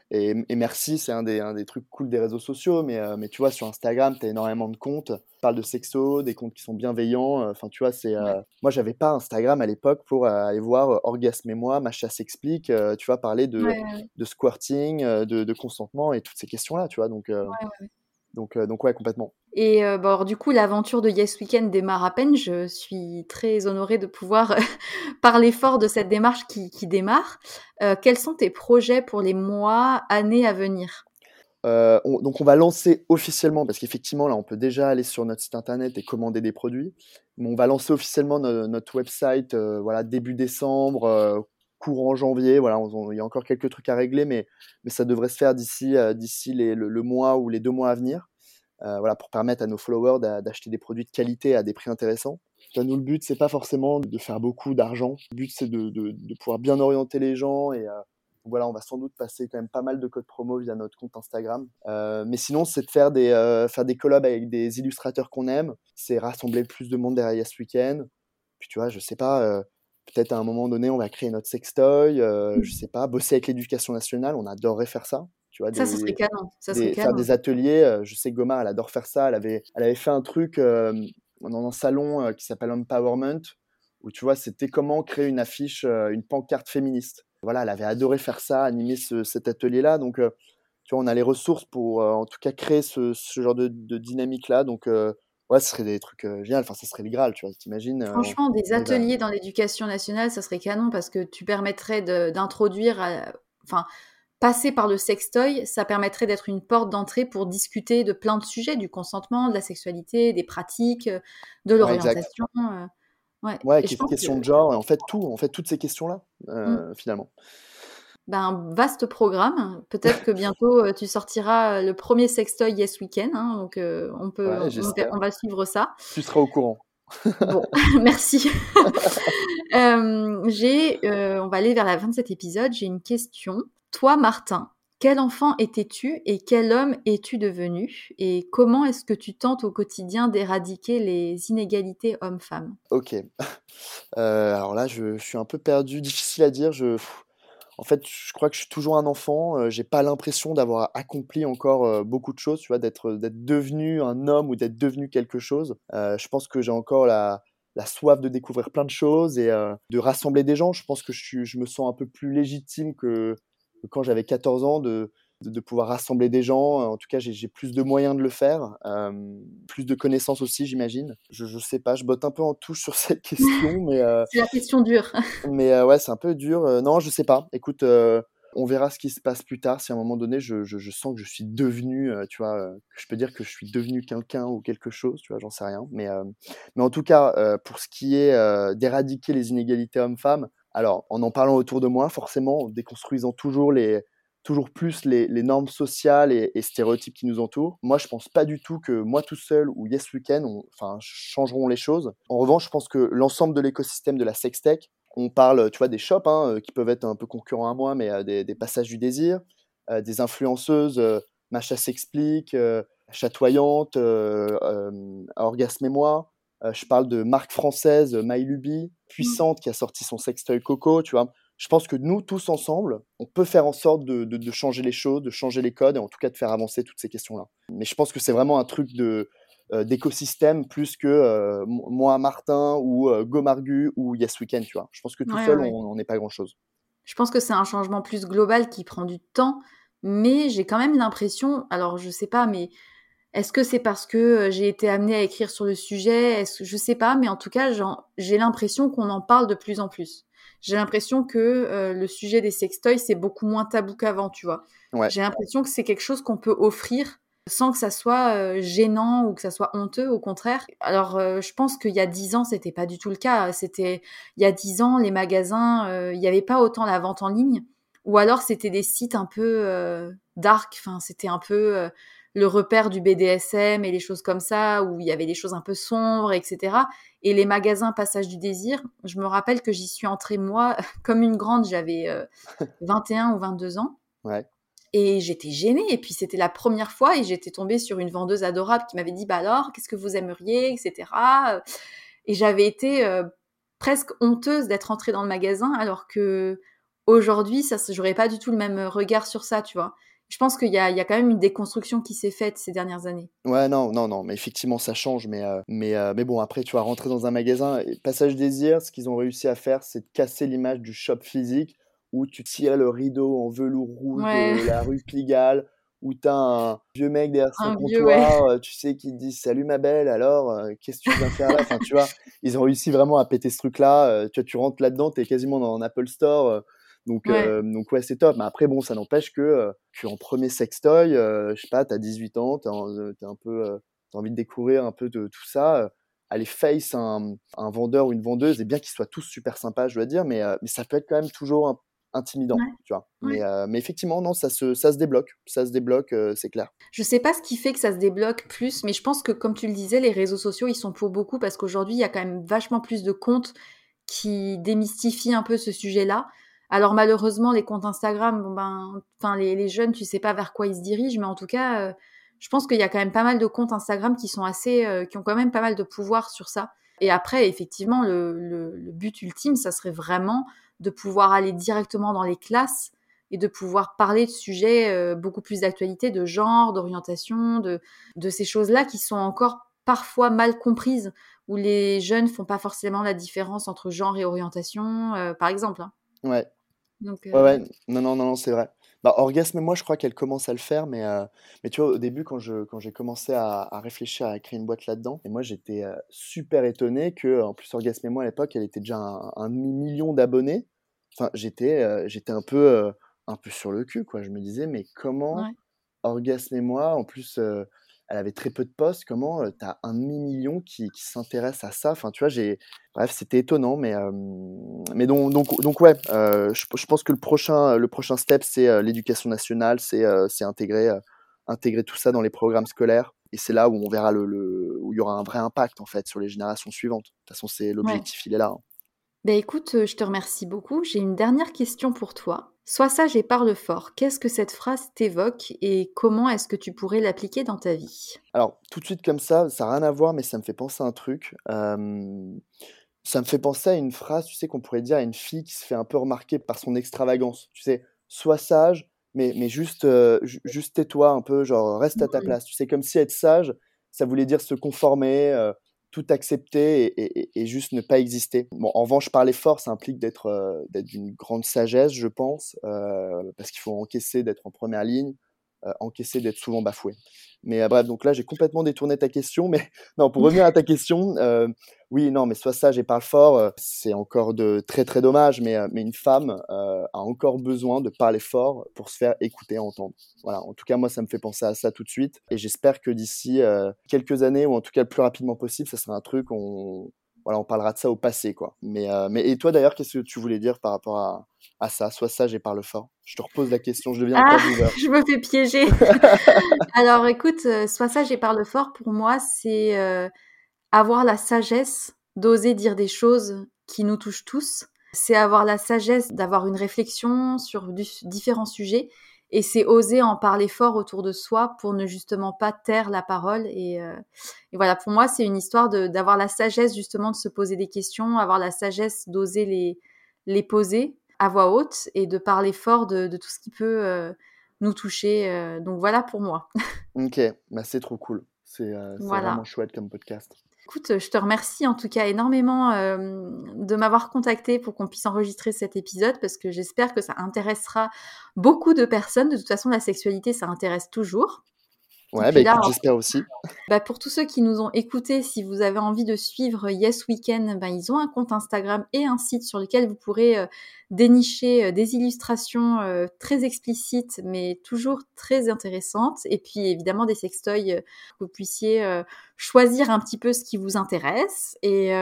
et merci, c'est un des trucs cool des réseaux sociaux. Mais tu vois, sur Instagram, tu as énormément de comptes qui parlent de sexo, des comptes qui sont bienveillants. Enfin, tu vois, Ouais. moi, j'avais pas Instagram à l'époque pour aller voir Orgasme et moi, Macha s'explique, tu vois, parler Ouais, de, ouais, ouais. de squirting, de consentement et toutes ces questions-là, tu vois. Ouais, ouais. Donc ouais, complètement. Et bah, alors du coup, l'aventure de Yes Weekend démarre à peine. Je suis très honorée de pouvoir parler fort de cette démarche qui démarre. Quels sont tes projets pour les mois, années à venir? Donc on va lancer officiellement, parce qu'effectivement là on peut déjà aller sur notre site internet et commander des produits, mais on va lancer officiellement notre website voilà, début décembre, courant janvier, voilà, il y a encore quelques trucs à régler, mais ça devrait se faire d'ici le mois ou les 2 mois à venir, voilà, pour permettre à nos followers d'acheter des produits de qualité à des prix intéressants. Nous, le but, c'est pas forcément de faire beaucoup d'argent. Le but, c'est de pouvoir bien orienter les gens et voilà, on va sans doute passer quand même pas mal de codes promo via notre compte Instagram. Mais sinon, c'est de faire des collabs avec des illustrateurs qu'on aime. C'est rassembler le plus de monde derrière ce week-end. Puis tu vois, je sais pas, peut-être à un moment donné, on va créer notre sextoy. Je sais pas, bosser avec l'éducation nationale, on adorerait faire ça. Tu vois, Ça serait canon, ça serait faire canon. des ateliers. Je sais que Gomar, elle adore faire ça. Elle avait fait un truc dans un salon qui s'appelle Empowerment, où tu vois, c'était comment créer une affiche, une pancarte féministe. voilà, elle avait adoré faire ça, animer cet atelier-là. Donc, tu vois, on a les ressources pour, en tout cas, créer ce genre de dynamique-là. Donc, ouais, ce serait des trucs génial. Enfin, ça serait le Graal, tu vois. T'imagines, Franchement, des on arrive à... ateliers dans l'éducation nationale, ça serait canon parce que tu permettrais d'introduire, enfin, passer par le sextoy, ça permettrait d'être une porte d'entrée pour discuter de plein de sujets, du consentement, de la sexualité, des pratiques, de Ouais, exact. l'orientation. Ouais. Ouais, Et je pense que question de genre, et en fait, toutes ces questions-là, mm, finalement. ben, vaste programme. Peut-être que bientôt tu sortiras le premier sextoy Yes Weekend, hein, donc Ouais, j'espère. on va suivre ça. Tu seras au courant. Bon, merci. On va aller vers la fin de cet épisode. J'ai une question. Toi, Martin, quel enfant étais-tu et quel homme es-tu devenu? Et comment est-ce que tu tentes au quotidien d'éradiquer les inégalités hommes-femmes? Ok. Alors là, je suis un peu perdu, difficile à dire. En fait, je crois que je suis toujours un enfant. J'ai pas l'impression d'avoir accompli encore beaucoup de choses, tu vois, d'être devenu un homme ou d'être devenu quelque chose. Je pense que j'ai encore la soif de découvrir plein de choses et de rassembler des gens. Je pense que je me sens un peu plus légitime que quand j'avais 14 ans de pouvoir rassembler des gens. En tout cas, j'ai plus de moyens de le faire, plus de connaissances aussi, j'imagine. Je sais pas, je botte un peu en touche sur cette question, C'est la question dure. ouais, c'est un peu dur. Non, je sais pas. Écoute, on verra ce qui se passe plus tard. Si à un moment donné, je sens que je suis devenu, tu vois, que je peux dire que je suis devenu quelqu'un ou quelque chose, tu vois, j'en sais rien. Mais en tout cas, pour ce qui est d'éradiquer les inégalités hommes-femmes, alors en parlant autour de moi, forcément, en déconstruisant toujours plus les normes sociales et stéréotypes qui nous entourent. Moi, je pense pas du tout que moi tout seul ou Yes Weekend, enfin, changeront les choses. En revanche, je pense que l'ensemble de l'écosystème de la sextech, on parle, tu vois, des shops qui peuvent être un peu concurrents à moi, mais des passages du désir, des influenceuses, Macha s'explique, chatoyante, orgasme et moi. Je parle de marques françaises, MyLuby, puissante, qui a sorti son sextoy Coco, tu vois. Je pense que nous, tous ensemble, on peut faire en sorte de changer les choses, de changer les codes et en tout cas de faire avancer toutes ces questions-là. Mais je pense que c'est vraiment un truc d'écosystème plus que moi, Martin, ou Gomargu, ou Yes Weekend, tu vois. Je pense que tout Ouais, ouais, seul, ouais. on n'est pas grand-chose. Je pense que c'est un changement plus global qui prend du temps, mais j'ai quand même l'impression, alors je sais pas, mais est-ce que c'est parce que j'ai été amenée à écrire sur le sujet? Je sais pas, mais en tout cas, j'ai l'impression qu'on en parle de plus en plus. J'ai l'impression que le sujet des sextoys, c'est beaucoup moins tabou qu'avant, tu vois. Ouais, J'ai l'impression que c'est quelque chose qu'on peut offrir sans que ça soit gênant ou que ça soit honteux, au contraire. Alors, je pense qu'il y a 10 ans, c'était pas du tout le cas. Il y a 10 ans, les magasins, il y avait pas autant la vente en ligne. Ou alors, c'était des sites un peu dark. Enfin, c'était un peu le repère du BDSM et les choses comme ça, où il y avait des choses un peu sombres, etc. Et les magasins Passage du Désir, je me rappelle que j'y suis entrée, moi, comme une grande, j'avais 21 ou 22 ans. ouais. Et j'étais gênée. Et puis, c'était la première fois et j'étais tombée sur une vendeuse adorable qui m'avait dit, bah alors, qu'est-ce que vous aimeriez, etc. Et j'avais été presque honteuse d'être entrée dans le magasin, alors que aujourd'hui, j'aurais pas du tout le même regard sur ça, tu vois. Je pense qu'il y a quand même une déconstruction qui s'est faite ces dernières années. Ouais, non, non, non, mais effectivement, ça change. Mais bon, après, tu vas rentrer dans un magasin. Et Passage Désir, ce qu'ils ont réussi à faire, c'est de casser l'image du shop physique où tu tires le rideau en velours rouge Ouais, de la rue Pigalle, où tu as un vieux mec derrière son un vieux, ouais. comptoir, tu sais, qui te dit «Salut ma belle, alors, qu'est-ce que tu viens faire là?» Enfin, tu vois, ils ont réussi vraiment à péter ce truc-là. Tu vois, tu rentres là-dedans, tu es quasiment dans un Apple Store. Ouais. Donc ouais, c'est top. Mais après, bon, ça n'empêche que en premier sextoy, je sais pas, t'as 18 ans, t'es un peu, t'as envie de découvrir un peu de tout ça. Aller face un vendeur ou une vendeuse, et bien qu'ils soient tous super sympas, je dois dire, mais ça peut être quand même toujours intimidant, Ouais, tu vois. ouais. Mais effectivement, non, ça se débloque. Ça se débloque, c'est clair. Je sais pas ce qui fait que ça se débloque plus, mais je pense que, comme tu le disais, les réseaux sociaux, ils sont pour beaucoup parce qu'aujourd'hui, il y a quand même vachement plus de comptes qui démystifient un peu ce sujet-là. Alors malheureusement, les comptes Instagram, bon ben, enfin les jeunes, tu sais pas vers quoi ils se dirigent, mais en tout cas, je pense qu'il y a quand même pas mal de comptes Instagram qui sont qui ont quand même pas mal de pouvoir sur ça. Et après, effectivement, le but ultime, ça serait vraiment de pouvoir aller directement dans les classes et de pouvoir parler de sujets beaucoup plus d'actualité, de genre, d'orientation, de ces choses-là qui sont encore parfois mal comprises, où les jeunes font pas forcément la différence entre genre et orientation, par exemple. Hein. Ouais. Donc, Ouais, ouais, non, non, non, non, c'est vrai. Bah, Orgasme et moi, je crois qu'elle commence à le faire, mais tu vois, au début, quand j'ai commencé à réfléchir à créer une boîte là-dedans, et moi, j'étais super étonné que, en plus, Orgasme et moi, à l'époque, elle était déjà un million d'abonnés. Enfin, j'étais un peu sur le cul, quoi. Je me disais, mais comment ouais. Orgasme et moi, en plus, elle avait très peu de posts. Comment, tu as 1 demi-million qui s'intéresse à ça? Enfin, tu vois, bref, c'était étonnant, mais donc ouais, je pense que le prochain step, c'est, l'éducation nationale, c'est intégrer tout ça dans les programmes scolaires et c'est là où on verra où il y aura un vrai impact, en fait, sur les générations suivantes. De toute façon, c'est Ouais. l'objectif, il est là, hein. Bah, écoute, je te remercie beaucoup. J'ai une dernière question pour toi. Sois sage et parle fort. Qu'est-ce que cette phrase t'évoque et comment est-ce que tu pourrais l'appliquer dans ta vie? Alors, tout de suite comme ça a rien à voir, mais ça me fait penser à un truc. Ça me fait penser à une phrase, tu sais, qu'on pourrait dire à une fille qui se fait un peu remarquer par son extravagance. Tu sais, sois sage, mais juste, juste tais-toi un peu, genre reste à ta Mmh. place. Tu sais, comme si être sage, ça voulait dire se conformer, tout accepter et juste ne pas exister. Bon, en revanche, parler fort, ça implique d'être d'une grande sagesse, je pense, parce qu'il faut encaisser d'être en première ligne, encaisser d'être souvent bafoué. Mais bref, donc là, j'ai complètement détourné ta question, mais non, pour revenir à ta question, oui, non, mais sois sage et parle fort, c'est encore de très, très dommage, mais une femme, a encore besoin de parler fort pour se faire écouter, entendre. Voilà, en tout cas, moi, ça me fait penser à ça tout de suite et j'espère que d'ici, quelques années ou en tout cas le plus rapidement possible, ça sera un truc on parlera de ça au passé, quoi. Mais et toi, d'ailleurs, qu'est-ce que tu voulais dire par rapport à ça? Sois sage et parle fort. Je te repose la question, je deviens Ah! intervieweur. Je me fais piéger. Alors écoute, sois sage et parle fort pour moi, c'est, avoir la sagesse d'oser dire des choses qui nous touchent tous. C'est avoir la sagesse d'avoir une réflexion sur différents sujets et c'est oser en parler fort autour de soi pour ne justement pas taire la parole et voilà, pour moi, c'est une histoire d'avoir la sagesse justement de se poser des questions, avoir la sagesse d'oser les poser à voix haute et de parler fort de tout ce qui peut, nous toucher, donc voilà pour moi. OK, bah, c'est trop cool. C'est vraiment Voilà. chouette comme podcast. Écoute, je te remercie en tout cas énormément, de m'avoir contactée pour qu'on puisse enregistrer cet épisode parce que j'espère que ça intéressera beaucoup de personnes. De toute façon, la sexualité, ça intéresse toujours et Ouais, bah, puis là, écoute, j'espère aussi. bah, pour tous ceux qui nous ont écoutés, si vous avez envie de suivre Yes Weekend, ben, ils ont un compte Instagram et un site sur lequel vous pourrez, dénicher, des illustrations, très explicites, mais toujours très intéressantes et puis évidemment des sextoys, que vous puissiez, choisir un petit peu ce qui vous intéresse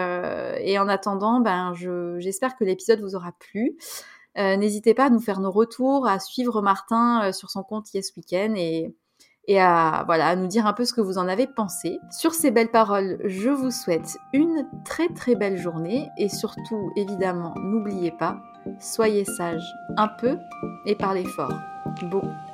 et en attendant, ben, j'espère que l'épisode vous aura plu. N'hésitez pas à nous faire nos retours, à suivre Martin, sur son compte Yes Weekend et à, voilà, à nous dire un peu ce que vous en avez pensé. Sur ces belles paroles, je vous souhaite une très très belle journée et surtout, évidemment, n'oubliez pas, soyez sages un peu et parlez fort. Beau.